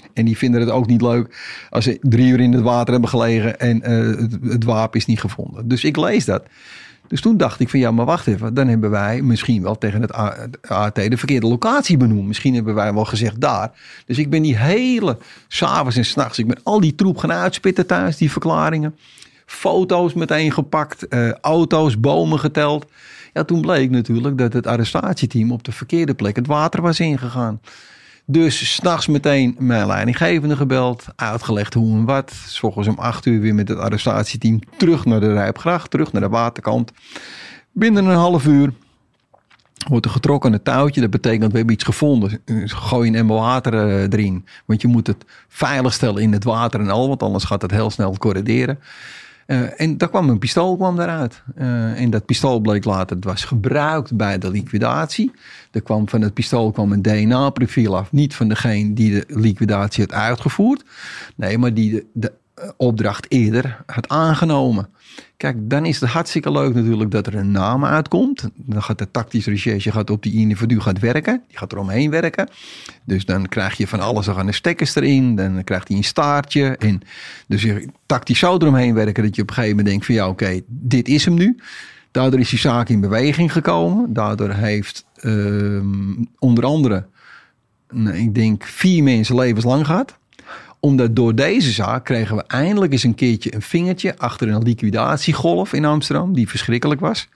En die vinden het ook niet leuk als ze drie uur in het water hebben gelegen en uh, het, het wapen is niet gevonden. Dus ik lees dat. Dus toen dacht ik van ja, maar wacht even. Dan hebben wij misschien wel tegen het A T de verkeerde locatie benoemd. Misschien hebben wij wel gezegd daar. Dus ik ben die hele, 's avonds en 's nachts, ik ben al die troep gaan uitspitten thuis, die verklaringen. Foto's meteen gepakt, uh, auto's, bomen geteld. Ja, toen bleek natuurlijk dat het arrestatieteam op de verkeerde plek het water was ingegaan. Dus 's nachts meteen mijn leidinggevende gebeld, uitgelegd hoe en wat. 's Ochtends om acht uur weer met het arrestatieteam terug naar de Rijpgracht, terug naar de waterkant. Binnen een half uur wordt er getrokken een touwtje. Dat betekent we hebben iets gevonden. Gooi een emmer water uh, erin. Want je moet het veilig stellen in het water en al, want anders gaat het heel snel corroderen. Uh, en daar kwam een pistool kwam daaruit. Uh, en dat pistool bleek later, het was gebruikt bij de liquidatie. Er kwam van het pistool kwam een D N A-profiel af. Niet van degene die de liquidatie had uitgevoerd. Nee, maar die de, de opdracht eerder had aangenomen. Kijk, dan is het hartstikke leuk natuurlijk dat er een naam uitkomt. Dan gaat de tactische recherche gaat op die individu gaat werken. Die gaat eromheen werken. Dus dan krijg je van alles. Er gaan de stekkers erin. Dan krijgt hij een staartje. En dus je tactisch zo eromheen werken dat je op een gegeven moment denkt van ja, oké, okay, dit is hem nu. Daardoor is die zaak in beweging gekomen. Daardoor heeft um, onder andere, nou, ik denk, vier mensen levenslang gehad. Omdat door deze zaak kregen we eindelijk eens een keertje een vingertje achter een liquidatiegolf in Amsterdam, die verschrikkelijk was.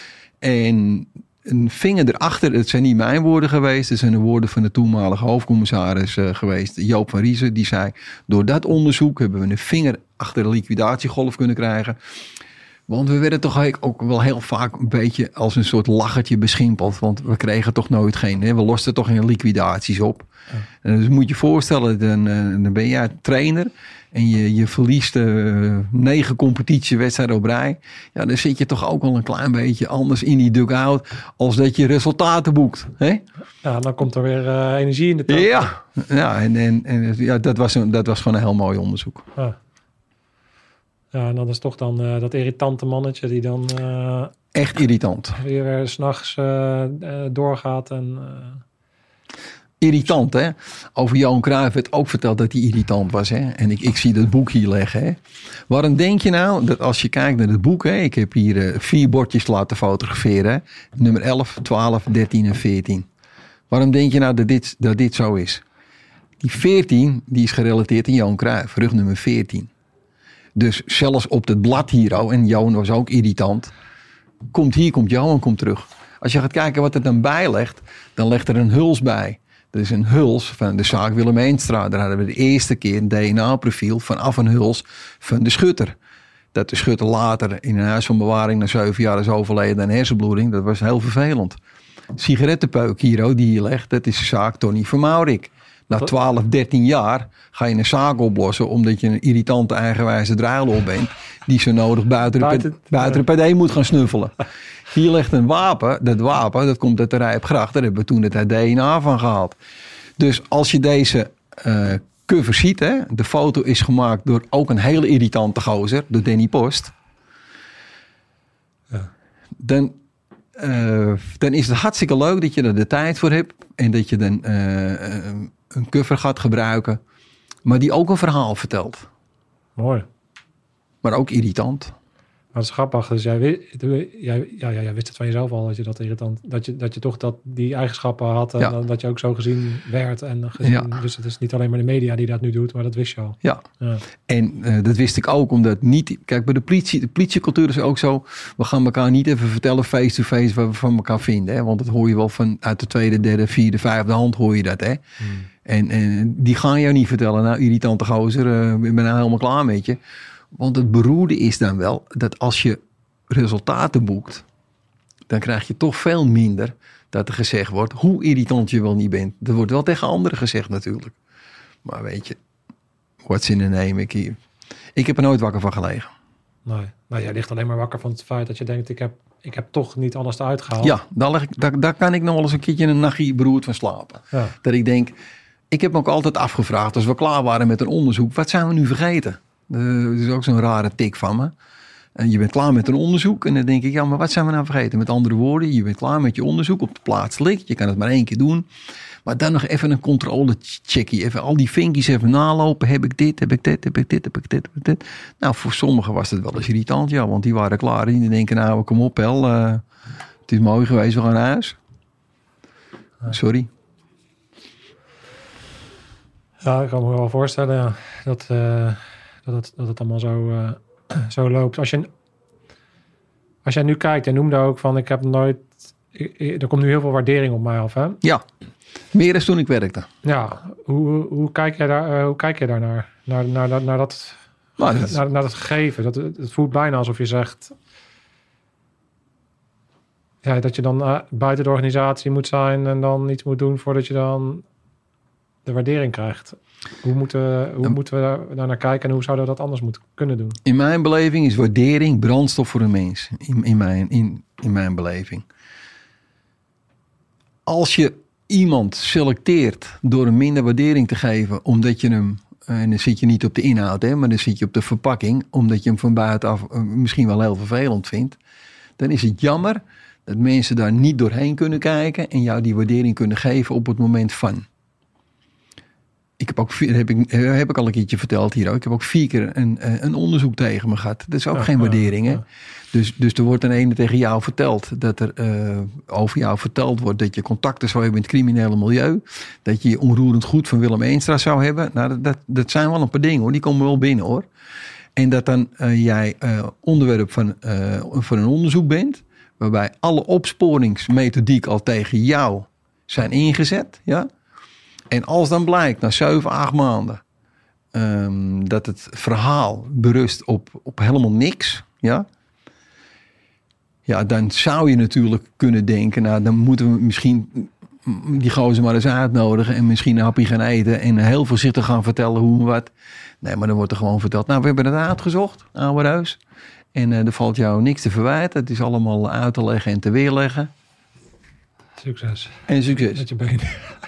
En een vinger erachter, het zijn niet mijn woorden geweest, het zijn de woorden van de toenmalige hoofdcommissaris uh, geweest, Joop van Riezen, die zei, door dat onderzoek hebben we een vinger achter de liquidatiegolf kunnen krijgen. Want we werden toch ook wel heel vaak een beetje als een soort lachertje beschimpeld. Want we kregen toch nooit geen, hè? We losten toch geen liquidaties op. Ja. En dus moet je voorstellen, dan, dan ben jij trainer en je, je verliest uh, negen competitiewedstrijden op rij. Ja, dan zit je toch ook wel een klein beetje anders in die dugout als dat je resultaten boekt. Hè? Ja, dan komt er weer uh, energie in de tank. Ja, ja en, en, en ja, dat, was een, dat was gewoon een heel mooi onderzoek. Ja. Ja, en dat is toch dan uh, dat irritante mannetje die dan... Uh, Echt irritant. Weer, weer 's nachts uh, uh, doorgaat en... Uh... Irritant, hè? Over Johan Cruijff werd ook verteld dat hij irritant was, hè? En ik, ik zie dat boek hier liggen, hè? Waarom denk je nou dat als je kijkt naar het boek, hè? Ik heb hier uh, vier bordjes laten fotograferen, hè? Nummer elf, twaalf, dertien en veertien. Waarom denk je nou dat dit, dat dit zo is? Die veertien, die is gerelateerd aan Johan Cruijff, rugnummer veertien. Dus zelfs op het blad hier, oh, en Johan was ook irritant, komt hier, komt Johan komt terug. Als je gaat kijken wat er dan bij legt, dan legt er een huls bij. Er is een huls van de zaak Willem Eenstra. Daar hadden we de eerste keer een D N A-profiel vanaf een huls van de schutter. Dat de schutter later in een huis van bewaring na zeven jaar is overleden aan hersenbloeding. Dat was heel vervelend. Sigarettenpeuk hier, oh, die hier legt, dat is de zaak Tony Vermaurik. Na twaalf, dertien jaar ga je een zaak oplossen omdat je een irritante eigenwijze druilol bent die zo nodig buiten de, buiten, buiten de P D moet gaan snuffelen. Hier ligt een wapen, dat wapen dat komt uit de Rijpgracht, daar hebben we toen het D N A van gehaald. Dus als je deze uh, cover ziet, hè, de foto is gemaakt door ook een hele irritante gozer, door Danny Post. Ja. Dan, uh, dan is het hartstikke leuk dat je er de tijd voor hebt en dat je dan uh, een cover gaat gebruiken, maar die ook een verhaal vertelt. Mooi. Maar ook irritant. Maar dat is grappig. Dus jij, jij, ja, ja, jij wist het van jezelf al dat je dat irritant, dat je, dat je toch dat, die eigenschappen had en ja. dat je ook zo gezien werd. En gezien, ja. Dus het is niet alleen maar de media die dat nu doet, maar dat wist je al. Ja, ja. En uh, dat wist ik ook omdat niet... Kijk, bij de politie, de politiecultuur is ook zo, we gaan elkaar niet even vertellen face-to-face wat we van elkaar vinden. Hè? Want dat hoor je wel van uit de tweede, derde, vierde, vijfde hand hoor je dat. Hè? Hmm. En, en die gaan jou niet vertellen, nou irritante gozer, uh, ik ben nou helemaal klaar met je. Want het beroerde is dan wel dat als je resultaten boekt, dan krijg je toch veel minder dat er gezegd wordt hoe irritant je wel niet bent. Dat wordt wel tegen anderen gezegd natuurlijk. Maar weet je, what's in the name? Ik, ik heb er nooit wakker van gelegen. Nee, nou, jij ligt alleen maar wakker van het feit dat je denkt, ik heb, ik heb toch niet alles eruit gehaald. Ja, daar, leg ik, daar, daar kan ik nog wel eens een keertje een nachtje beroerd van slapen. Ja. Dat ik denk, ik heb me ook altijd afgevraagd, als we klaar waren met een onderzoek, wat zijn we nu vergeten? Dat is ook zo'n rare tik van me. En je bent klaar met een onderzoek. En dan denk ik, ja, maar wat zijn we nou vergeten? Met andere woorden, je bent klaar met je onderzoek. Op de plaats ligt. Je kan het maar één keer doen. Maar dan nog even een controle checkie. Even al die vinkjes even nalopen. Heb ik dit, heb ik dit, heb ik dit, heb ik dit, heb ik dit. Nou, voor sommigen was het wel eens irritant. Ja, want die waren klaar. En die denken, nou, kom op, Pel. Uh, het is mooi geweest, we gaan naar huis. Sorry. Ja, ik kan me wel voorstellen ja, dat, uh, dat, het, dat het allemaal zo, uh, zo loopt. Als je, als jij nu kijkt en noemde ook van ik heb nooit... Ik, ik, er komt nu heel veel waardering op mij af, hè? Ja, meer dan toen ik werkte. Ja, hoe, hoe, kijk, jij daar, uh, hoe kijk je daar naar? Naar, naar, naar, naar, dat, nou, dat... naar, naar dat gegeven. Dat, het voelt bijna alsof je zegt... Ja, dat je dan uh, buiten de organisatie moet zijn en dan iets moet doen voordat je dan de waardering krijgt. Hoe moeten, hoe um, moeten we daar naar kijken en hoe zouden we dat anders moeten kunnen doen? In mijn beleving is waardering brandstof voor een mens. In, in, mijn, in, in mijn beleving. Als je iemand selecteert door een minder waardering te geven, omdat je hem, en dan zit je niet op de inhoud, hè, maar dan zit je op de verpakking, omdat je hem van buitenaf misschien wel heel vervelend vindt, dan is het jammer dat mensen daar niet doorheen kunnen kijken en jou die waardering kunnen geven op het moment van. Ik heb ook heb ik, heb ik al een keertje verteld hier ook. Ik heb ook vier keer een, een onderzoek tegen me gehad. Dat is ook ja, geen waardering, hè? Ja. Dus, dus er wordt een ene tegen jou verteld dat er uh, over jou verteld wordt dat je contacten zou hebben in het criminele milieu. Dat je je onroerend goed van Willem Eenstra zou hebben. Nou, dat, dat, dat zijn wel een paar dingen, hoor. Die komen wel binnen, hoor. En dat dan uh, jij uh, onderwerp van, uh, van een onderzoek bent, waarbij alle opsporingsmethodiek al tegen jou zijn ingezet, ja. En als dan blijkt na zeven, acht maanden um, dat het verhaal berust op, op helemaal niks, ja, ja, dan zou je natuurlijk kunnen denken, nou, dan moeten we misschien die gozer maar eens uitnodigen en misschien een hapje gaan eten en heel voorzichtig gaan vertellen hoe en wat. Nee, maar dan wordt er gewoon verteld, nou, we hebben het uitgezocht, oude huis. En uh, er valt jou niks te verwijten. Het is allemaal uit te leggen en te weerleggen. Succes. En succes. Met je been.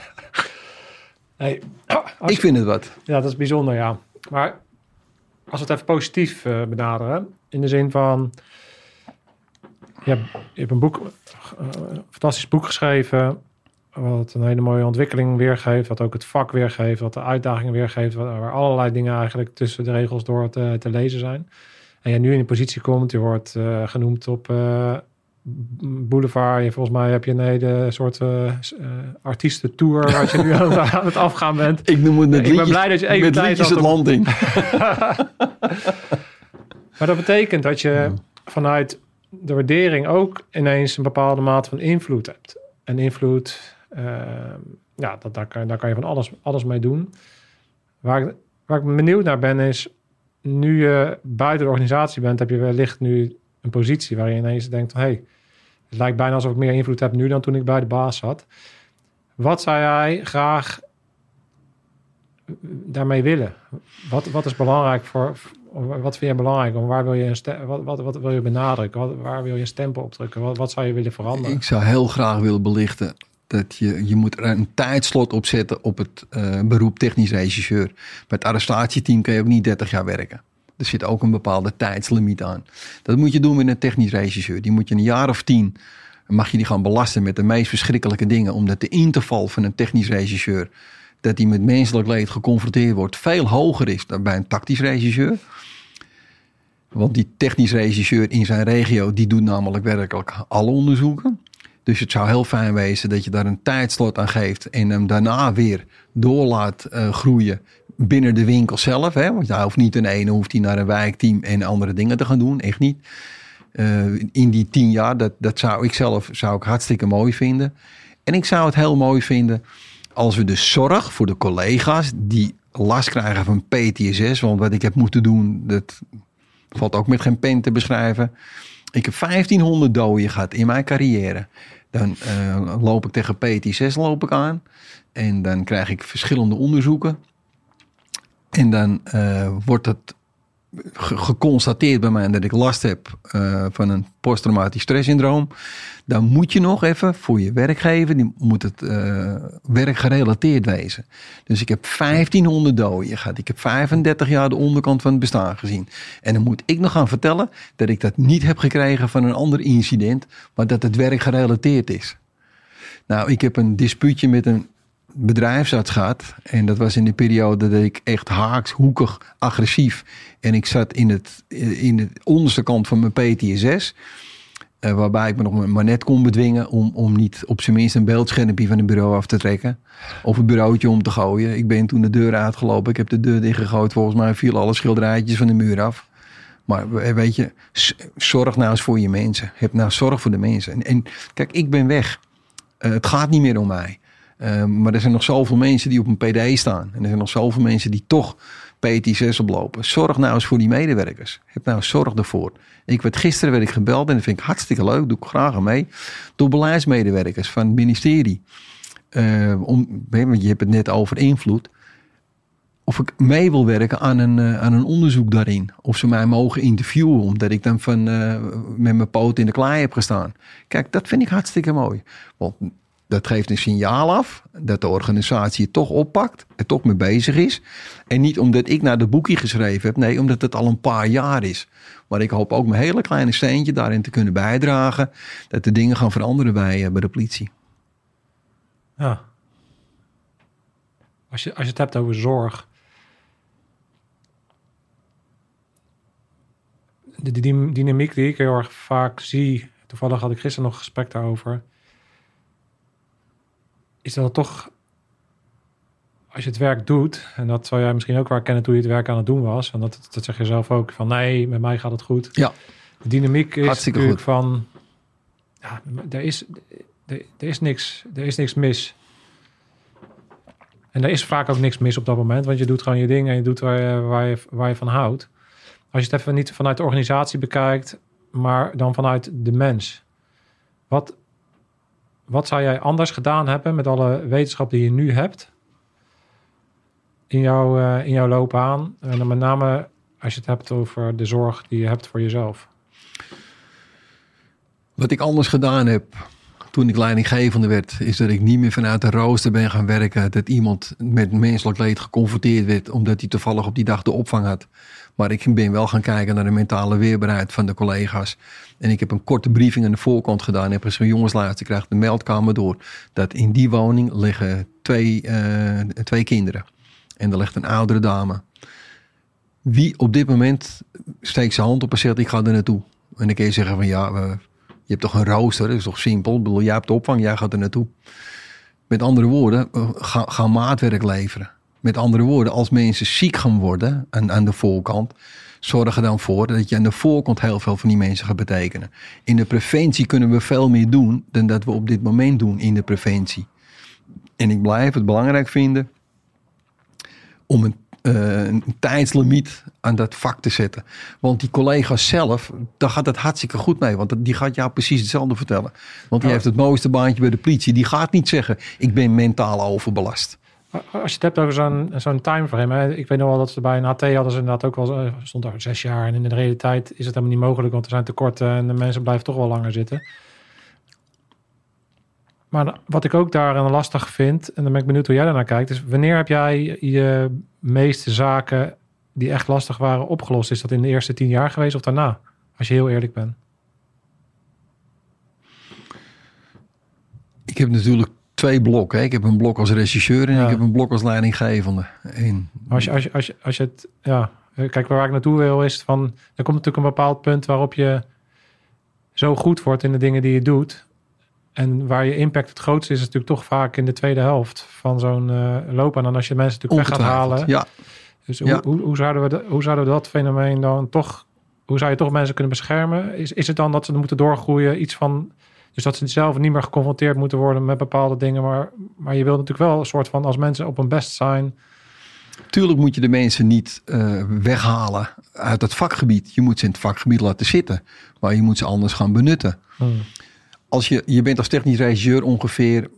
Hey, ik je, vind het wat. Ja, dat is bijzonder, ja. Maar als we het even positief uh, benaderen, in de zin van, je hebt, je hebt een boek, uh, een fantastisch boek geschreven, wat een hele mooie ontwikkeling weergeeft, wat ook het vak weergeeft, wat de uitdagingen weergeeft, waar, waar allerlei dingen eigenlijk tussen de regels door te, te lezen zijn. En je nu in de positie komt, je wordt uh, genoemd op uh, Boulevard. Je, volgens mij heb je een hele soort uh, uh, artiestentour waar je nu aan het, aan het afgaan bent. Ik noem het met ik liedjes, ben blij dat je even met liedjes het land in. Maar dat betekent dat je vanuit de waardering ook ineens een bepaalde mate van invloed hebt. En invloed, uh, ja, dat, daar, kan, daar kan je van alles, alles mee doen. Waar ik, waar ik benieuwd naar ben is, nu je buiten de organisatie bent, heb je wellicht nu een positie waarin je ineens denkt, hé, hey, het lijkt bijna alsof ik meer invloed heb nu dan toen ik bij de baas zat. Wat zou jij graag daarmee willen? Wat, wat is belangrijk voor, wat vind je belangrijk? Waar wil je een stem, wat, wat, wat wil je benadrukken? Wat, waar wil je een stempel op drukken? Wat, wat zou je willen veranderen? Ik zou heel graag willen belichten dat je, je moet er een tijdslot op zetten op het uh, beroep technisch regisseur. Bij het arrestatieteam kan je ook niet dertig jaar werken. Er zit ook een bepaalde tijdslimiet aan. Dat moet je doen met een technisch regisseur. Die moet je een jaar of tien, mag je die gaan belasten met de meest verschrikkelijke dingen. Omdat de interval van een technisch regisseur, dat die met menselijk leed geconfronteerd wordt, veel hoger is dan bij een tactisch regisseur. Want die technisch regisseur in zijn regio, die doet namelijk werkelijk alle onderzoeken. Dus het zou heel fijn wezen dat je daar een tijdslot aan geeft en hem daarna weer door laat uh, groeien binnen de winkel zelf. Hè? Want hij hoeft niet een ene, hoeft hij naar een wijkteam en andere dingen te gaan doen. Echt niet. Uh, in die tien jaar, dat, dat zou ik zelf zou ik hartstikke mooi vinden. En ik zou het heel mooi vinden als we de zorg voor de collega's die last krijgen van P T S S. Want wat ik heb moeten doen, dat valt ook met geen pen te beschrijven. Ik heb vijftienhonderd doden gehad in mijn carrière. Dan uh, loop ik tegen P T S S loop ik aan. En dan krijg ik verschillende onderzoeken. En dan uh, wordt het ge- geconstateerd bij mij dat ik last heb uh, van een posttraumatisch stresssyndroom, dan moet je nog even voor je werkgever, die moet het uh, werkgerelateerd wezen. Dus ik heb vijftienhonderd doden gehad. Ik heb vijfendertig jaar de onderkant van het bestaan gezien. En dan moet ik nog gaan vertellen dat ik dat niet heb gekregen van een ander incident, maar dat het werkgerelateerd is. Nou, ik heb een dispuutje met een bedrijfsarts gehad. En dat was in de periode dat ik echt haaks, hoekig, agressief. En ik zat in het, in de onderste kant van mijn P T S S. Uh, waarbij ik me nog maar net kon bedwingen om, om niet op zijn minst een beeldschermpje van het bureau af te trekken. Of het bureautje om te gooien. Ik ben toen de deur uitgelopen. Ik heb de deur dichtgegooid. Volgens mij vielen alle schilderijtjes van de muur af. Maar weet je, zorg nou eens voor je mensen. Heb nou zorg voor de mensen. En, en kijk, ik ben weg. Uh, het gaat niet meer om mij. Uh, maar er zijn nog zoveel mensen die op een P D staan. En er zijn nog zoveel mensen die toch P T S S oplopen. Zorg nou eens voor die medewerkers. Heb nou zorg ervoor. Ik werd gisteren werd ik gebeld en dat vind ik hartstikke leuk. Doe ik graag aan mee. Door beleidsmedewerkers van het ministerie. Uh, om, want je hebt het net over invloed. Of ik mee wil werken aan een, uh, aan een onderzoek daarin. Of ze mij mogen interviewen. Omdat ik dan van, uh, met mijn poot in de klei heb gestaan. Kijk, dat vind ik hartstikke mooi. Want dat geeft een signaal af dat de organisatie het toch oppakt. Er toch mee bezig is. En niet omdat ik naar de boekje geschreven heb. Nee, omdat het al een paar jaar is. Maar ik hoop ook mijn hele kleine steentje daarin te kunnen bijdragen. Dat de dingen gaan veranderen bij, uh, bij de politie. Ja. Als je, als je het hebt over zorg. De, de, die dynamiek die ik heel erg vaak zie. Toevallig had ik gisteren nog een gesprek daarover. Is dat toch, als je het werk doet, en dat zou jij misschien ook wel kennen toen je het werk aan het doen was, en dat, dat zeg je zelf ook, van nee, met mij gaat het goed. Ja. De dynamiek is hartstikke natuurlijk goed. Van, ja, er is, er, er is niks, er is niks mis. En er is vaak ook niks mis op dat moment, want je doet gewoon je ding en je doet waar je, waar je, waar je van houdt. Als je het even niet vanuit de organisatie bekijkt, maar dan vanuit de mens. Wat... Wat zou jij anders gedaan hebben met alle wetenschap die je nu hebt in, jou, uh, in jouw loopbaan? En dan met name als je het hebt over de zorg die je hebt voor jezelf. Wat ik anders gedaan heb toen ik leidinggevende werd, is dat ik niet meer vanuit de rooster ben gaan werken. Dat iemand met menselijk leed geconfronteerd werd omdat hij toevallig op die dag de opvang had. Maar ik ben wel gaan kijken naar de mentale weerbaarheid van de collega's. En ik heb een korte briefing aan de voorkant gedaan. En heb gezegd, jongens, laatst, ik krijg de meldkamer door. Dat in die woning liggen twee, uh, twee kinderen. En er ligt een oudere dame. Wie op dit moment steekt zijn hand op en zegt, ik ga er naartoe. En dan kun je zeggen van, ja, uh, je hebt toch een rooster, dat is toch simpel. Ik bedoel, jij hebt de opvang, jij gaat er naartoe. Met andere woorden, uh, ga, ga maatwerk leveren. Met andere woorden, als mensen ziek gaan worden aan, aan de voorkant, zorg er dan voor dat je aan de voorkant heel veel van die mensen gaat betekenen. In de preventie kunnen we veel meer doen dan dat we op dit moment doen in de preventie. En ik blijf het belangrijk vinden om een, uh, een tijdslimiet aan dat vak te zetten. Want die collega's zelf, daar gaat het hartstikke goed mee. Want die gaat jou precies hetzelfde vertellen. Want die ja. heeft het mooiste baantje bij de politie. Die gaat niet zeggen, ik ben mentaal overbelast. Als je het hebt over zo'n, zo'n timeframe. Hè? Ik weet nog wel dat ze bij een H T hadden ze inderdaad ook wel, stond daar zes jaar. En in de realiteit is het helemaal niet mogelijk, want er zijn tekorten en de mensen blijven toch wel langer zitten. Maar wat ik ook daarin lastig vind, en dan ben ik benieuwd hoe jij daarnaar kijkt, is wanneer heb jij je meeste zaken die echt lastig waren opgelost? Is dat in de eerste tien jaar geweest of daarna? Als je heel eerlijk bent. Ik heb natuurlijk twee blokken. Hè. Ik heb een blok als regisseur en ja. ik heb een blok als leidinggevende. En als je, als je, als je, als je het, ja, kijk waar ik naartoe wil is van, er komt natuurlijk een bepaald punt waarop je zo goed wordt in de dingen die je doet. En waar je impact het grootste is, is natuurlijk toch vaak in de tweede helft van zo'n uh, loopbaan. En als je mensen natuurlijk weg gaat halen. Ja. Dus ja. Hoe, hoe, hoe, zouden we de, hoe zouden we dat fenomeen dan toch, hoe zou je toch mensen kunnen beschermen? Is, is het dan dat ze moeten doorgroeien, iets van, dus dat ze zelf niet meer geconfronteerd moeten worden met bepaalde dingen. Maar, maar je wilt natuurlijk wel een soort van, als mensen op hun best zijn. Tuurlijk moet je de mensen niet uh, weghalen uit het vakgebied. Je moet ze in het vakgebied laten zitten. Maar je moet ze anders gaan benutten. Hmm. Als je, je bent als technisch regisseur ongeveer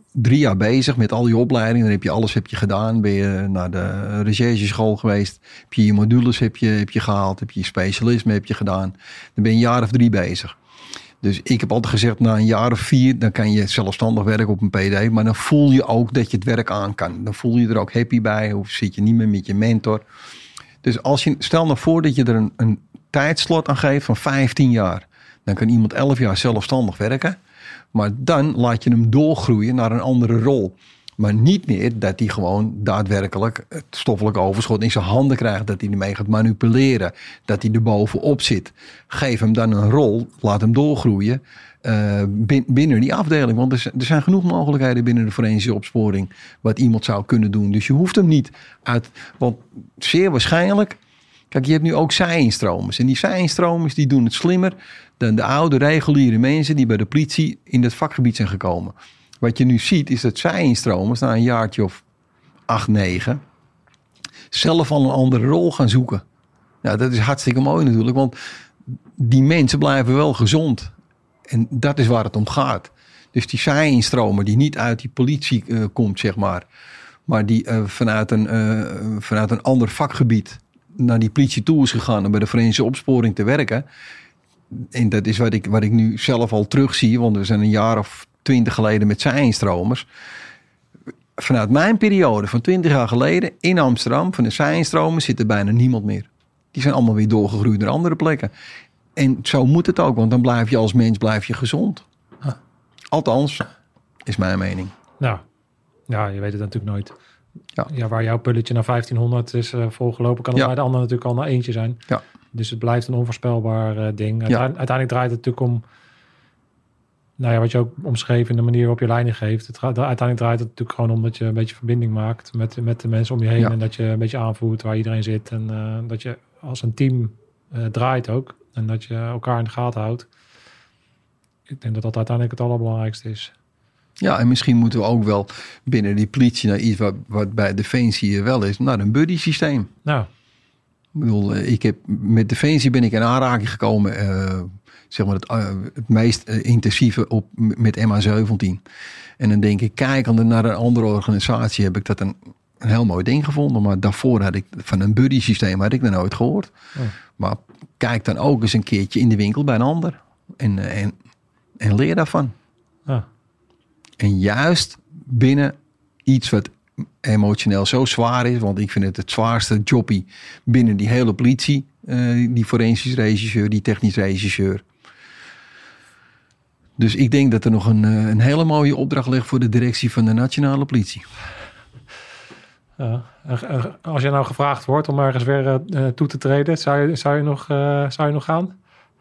drie jaar bezig met al die opleidingen. Dan heb je alles heb je gedaan. Ben je naar de rechercheschool geweest. Heb je je modules heb je, heb je gehaald. Heb je je specialisme heb je gedaan. Dan ben je een jaar of drie bezig. Dus ik heb altijd gezegd, na een jaar of vier, dan kan je zelfstandig werken op een P D. Maar dan voel je ook dat je het werk aan kan. Dan voel je er ook happy bij. Of zit je niet meer met je mentor. Dus als je, stel nou voor dat je er een, een tijdslot aan geeft van vijftien jaar. Dan kan iemand elf jaar zelfstandig werken. Maar dan laat je hem doorgroeien naar een andere rol. Maar niet meer dat hij gewoon daadwerkelijk het stoffelijk overschot in zijn handen krijgt. Dat hij ermee gaat manipuleren. Dat hij er bovenop zit. Geef hem dan een rol. Laat hem doorgroeien uh, binnen die afdeling. Want er, er zijn genoeg mogelijkheden binnen de forensische opsporing. Wat iemand zou kunnen doen. Dus je hoeft hem niet uit. Want zeer waarschijnlijk. Kijk, je hebt nu ook zij-instromers. En die zij-instromers die doen het slimmer dan de oude reguliere mensen die bij de politie in het vakgebied zijn gekomen. Wat je nu ziet is dat zij-instromers na een jaartje of acht, negen zelf al een andere rol gaan zoeken. Ja, dat is hartstikke mooi natuurlijk, want die mensen blijven wel gezond. En dat is waar het om gaat. Dus die zij-instromer die niet uit die politie uh, komt, zeg maar, maar die uh, vanuit, een, uh, vanuit een ander vakgebied naar die politie toe is gegaan om bij de forensische opsporing te werken. En dat is wat ik, wat ik nu zelf al terugzie, want we zijn een jaar of twintig geleden met zij-instromers. Vanuit mijn periode van twintig jaar geleden in Amsterdam, van de zij-instromers zit er bijna niemand meer. Die zijn allemaal weer doorgegroeid naar andere plekken. En zo moet het ook, want dan blijf je als mens blijf je gezond. Althans, is mijn mening. Nou, ja, je weet het natuurlijk nooit. Ja. Ja, waar jouw pulletje naar vijftienhonderd is uh, volgelopen, kan het ja. bij de ander natuurlijk al naar eentje zijn. Ja. Dus het blijft een onvoorspelbaar uh, ding. Uiteindelijk, Ja. uiteindelijk draait het natuurlijk om, nou ja, wat je ook omschreef in de manier waarop je leiding geeft. Het, uiteindelijk draait het natuurlijk gewoon om dat je een beetje verbinding maakt met, met de mensen om je heen. Ja. En dat je een beetje aanvoert waar iedereen zit. En uh, dat je als een team uh, draait ook. En dat je elkaar in de gaten houdt. Ik denk dat dat uiteindelijk het allerbelangrijkste is. Ja, en misschien moeten we ook wel binnen die politie naar iets wat, wat bij Defensie wel is, naar een buddy systeem. Nou. Ik bedoel, ik heb met Defensie ben ik in aanraking gekomen, uh, zeg maar het, uh, het meest uh, intensieve op met M H zeventien. En dan denk ik, kijkende naar een andere organisatie, heb ik dat een, een heel mooi ding gevonden. Maar daarvoor had ik van een buddy systeem had ik nog nooit gehoord. Oh. Maar kijk dan ook eens een keertje in de winkel bij een ander en, en, en leer daarvan. Ah. En juist binnen iets wat emotioneel zo zwaar is, want ik vind het het zwaarste jobbie binnen die hele politie, uh, die forensisch regisseur, die technisch regisseur. Dus ik denk dat er nog een, een hele mooie opdracht ligt voor de directie van de nationale politie. Ja, als je nou gevraagd wordt om ergens weer uh, toe te treden, zou je, zou je, nog, uh, zou je nog gaan?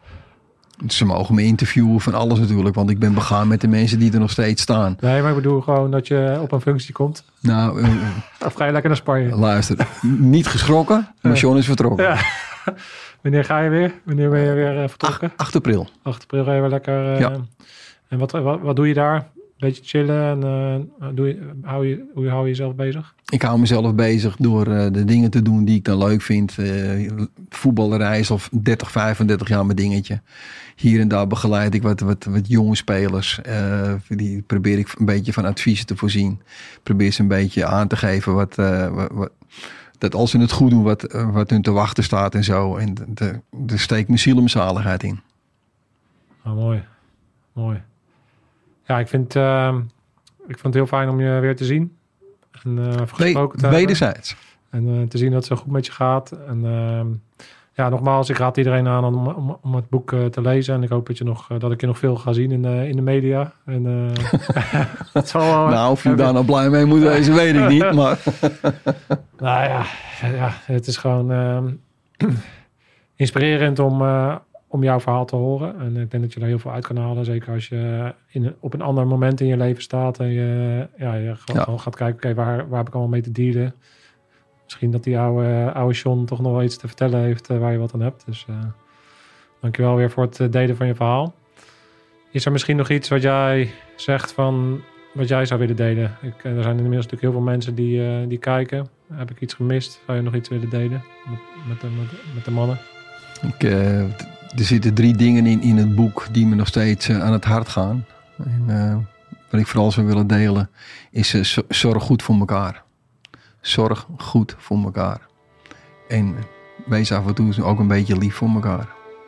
Ze mogen me interviewen van alles natuurlijk, want ik ben begaan met de mensen die er nog steeds staan. Nee, maar ik bedoel gewoon dat je op een functie komt. Nou, uh, of ga je lekker naar Spanje? Luister, niet geschrokken, maar John is vertrokken. Ja. Wanneer ga je weer? Wanneer ben je weer uh, vertrokken? acht april. acht april ga je weer lekker. Uh, ja. En wat, wat, wat doe je daar? Beetje chillen en uh, doe je, hou je, hoe hou je jezelf bezig? Ik hou mezelf bezig door uh, de dingen te doen die ik dan leuk vind. Uh, voetballerij is al dertig, vijfendertig jaar mijn dingetje. Hier en daar begeleid ik wat, wat, wat jonge spelers. Uh, die probeer ik een beetje van adviezen te voorzien. Probeer ze een beetje aan te geven wat, uh, wat, wat dat als ze het goed doen, wat, uh, wat hun te wachten staat en zo. En daar steekt mijn ziel en mijn zaligheid in. Oh, mooi. Mooi. Ja, ik vind, uh, ik vond het heel fijn om je weer te zien. En uh, gesproken te hebben. Wederzijds. En uh, te zien dat het zo goed met je gaat. En uh, ja, nogmaals, ik raad iedereen aan om, om, om het boek uh, te lezen. En ik hoop dat, je nog, uh, dat ik je nog veel ga zien in, uh, in de media. En, uh, dat zal wel, nou, of je daar nou blij mee moet wezen, weet ik niet. Maar nou ja, ja, het is gewoon uh, inspirerend om... Uh, om jouw verhaal te horen. En ik denk dat je daar heel veel uit kan halen. Zeker als je in, op een ander moment in je leven staat. En je, ja, je gewoon ja. gaat kijken, oké, okay, waar, waar heb ik allemaal mee te dealen? Misschien dat die oude, oude John toch nog wel iets te vertellen heeft uh, waar je wat aan hebt. Dus uh, dankjewel weer voor het delen van je verhaal. Is er misschien nog iets wat jij zegt van wat jij zou willen delen? Ik, er zijn inmiddels natuurlijk heel veel mensen die, uh, die kijken. Heb ik iets gemist? Zou je nog iets willen delen met, met, de, met, met de mannen? Ik... Uh, Er zitten drie dingen in, in het boek die me nog steeds uh, aan het hart gaan. En, uh, wat ik vooral zou willen delen, is uh, zorg goed voor elkaar. Zorg goed voor elkaar. En wees af en toe ook een beetje lief voor elkaar.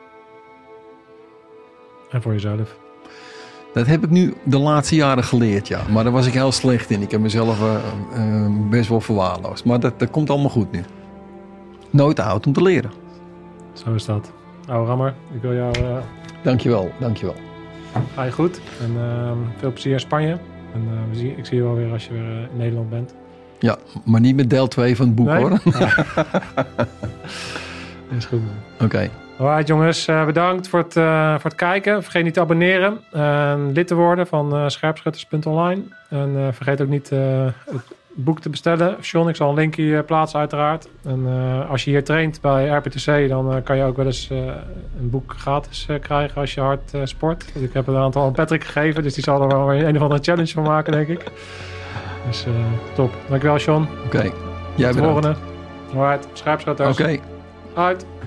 En voor jezelf. Dat heb ik nu de laatste jaren geleerd, ja. Maar daar was ik heel slecht in. Ik heb mezelf uh, uh, best wel verwaarloosd. Maar dat, dat komt allemaal goed nu. Nooit te oud om te leren. Zo is dat. Oude Rammer, ik wil jou... Uh... Dankjewel, dankjewel. Ga je goed. En uh, veel plezier in Spanje. En uh, we zien, ik zie je wel weer als je weer uh, in Nederland bent. Ja, maar niet met deel twee van het boek, nee? Hoor. Ja. Is goed. Oké. Okay. Alright jongens, uh, bedankt voor het, uh, voor het kijken. Vergeet niet te abonneren en uh, lid te worden van uh, scherpschutters punt online. En uh, vergeet ook niet uh, het boek te bestellen. John, ik zal een linkje uh, plaatsen uiteraard. En uh, als je hier traint bij R P T C, dan uh, kan je ook wel eens uh, een boek gratis uh, krijgen als je hard uh, sport. Dus ik heb een aantal aan Patrick gegeven, dus die zal er wel weer een of andere challenge van maken, denk ik. Dus uh, top. Dankjewel John. Oké. Okay. Jij Tot de volgende. Alright, scherpschutters. Oké. Okay. Uit.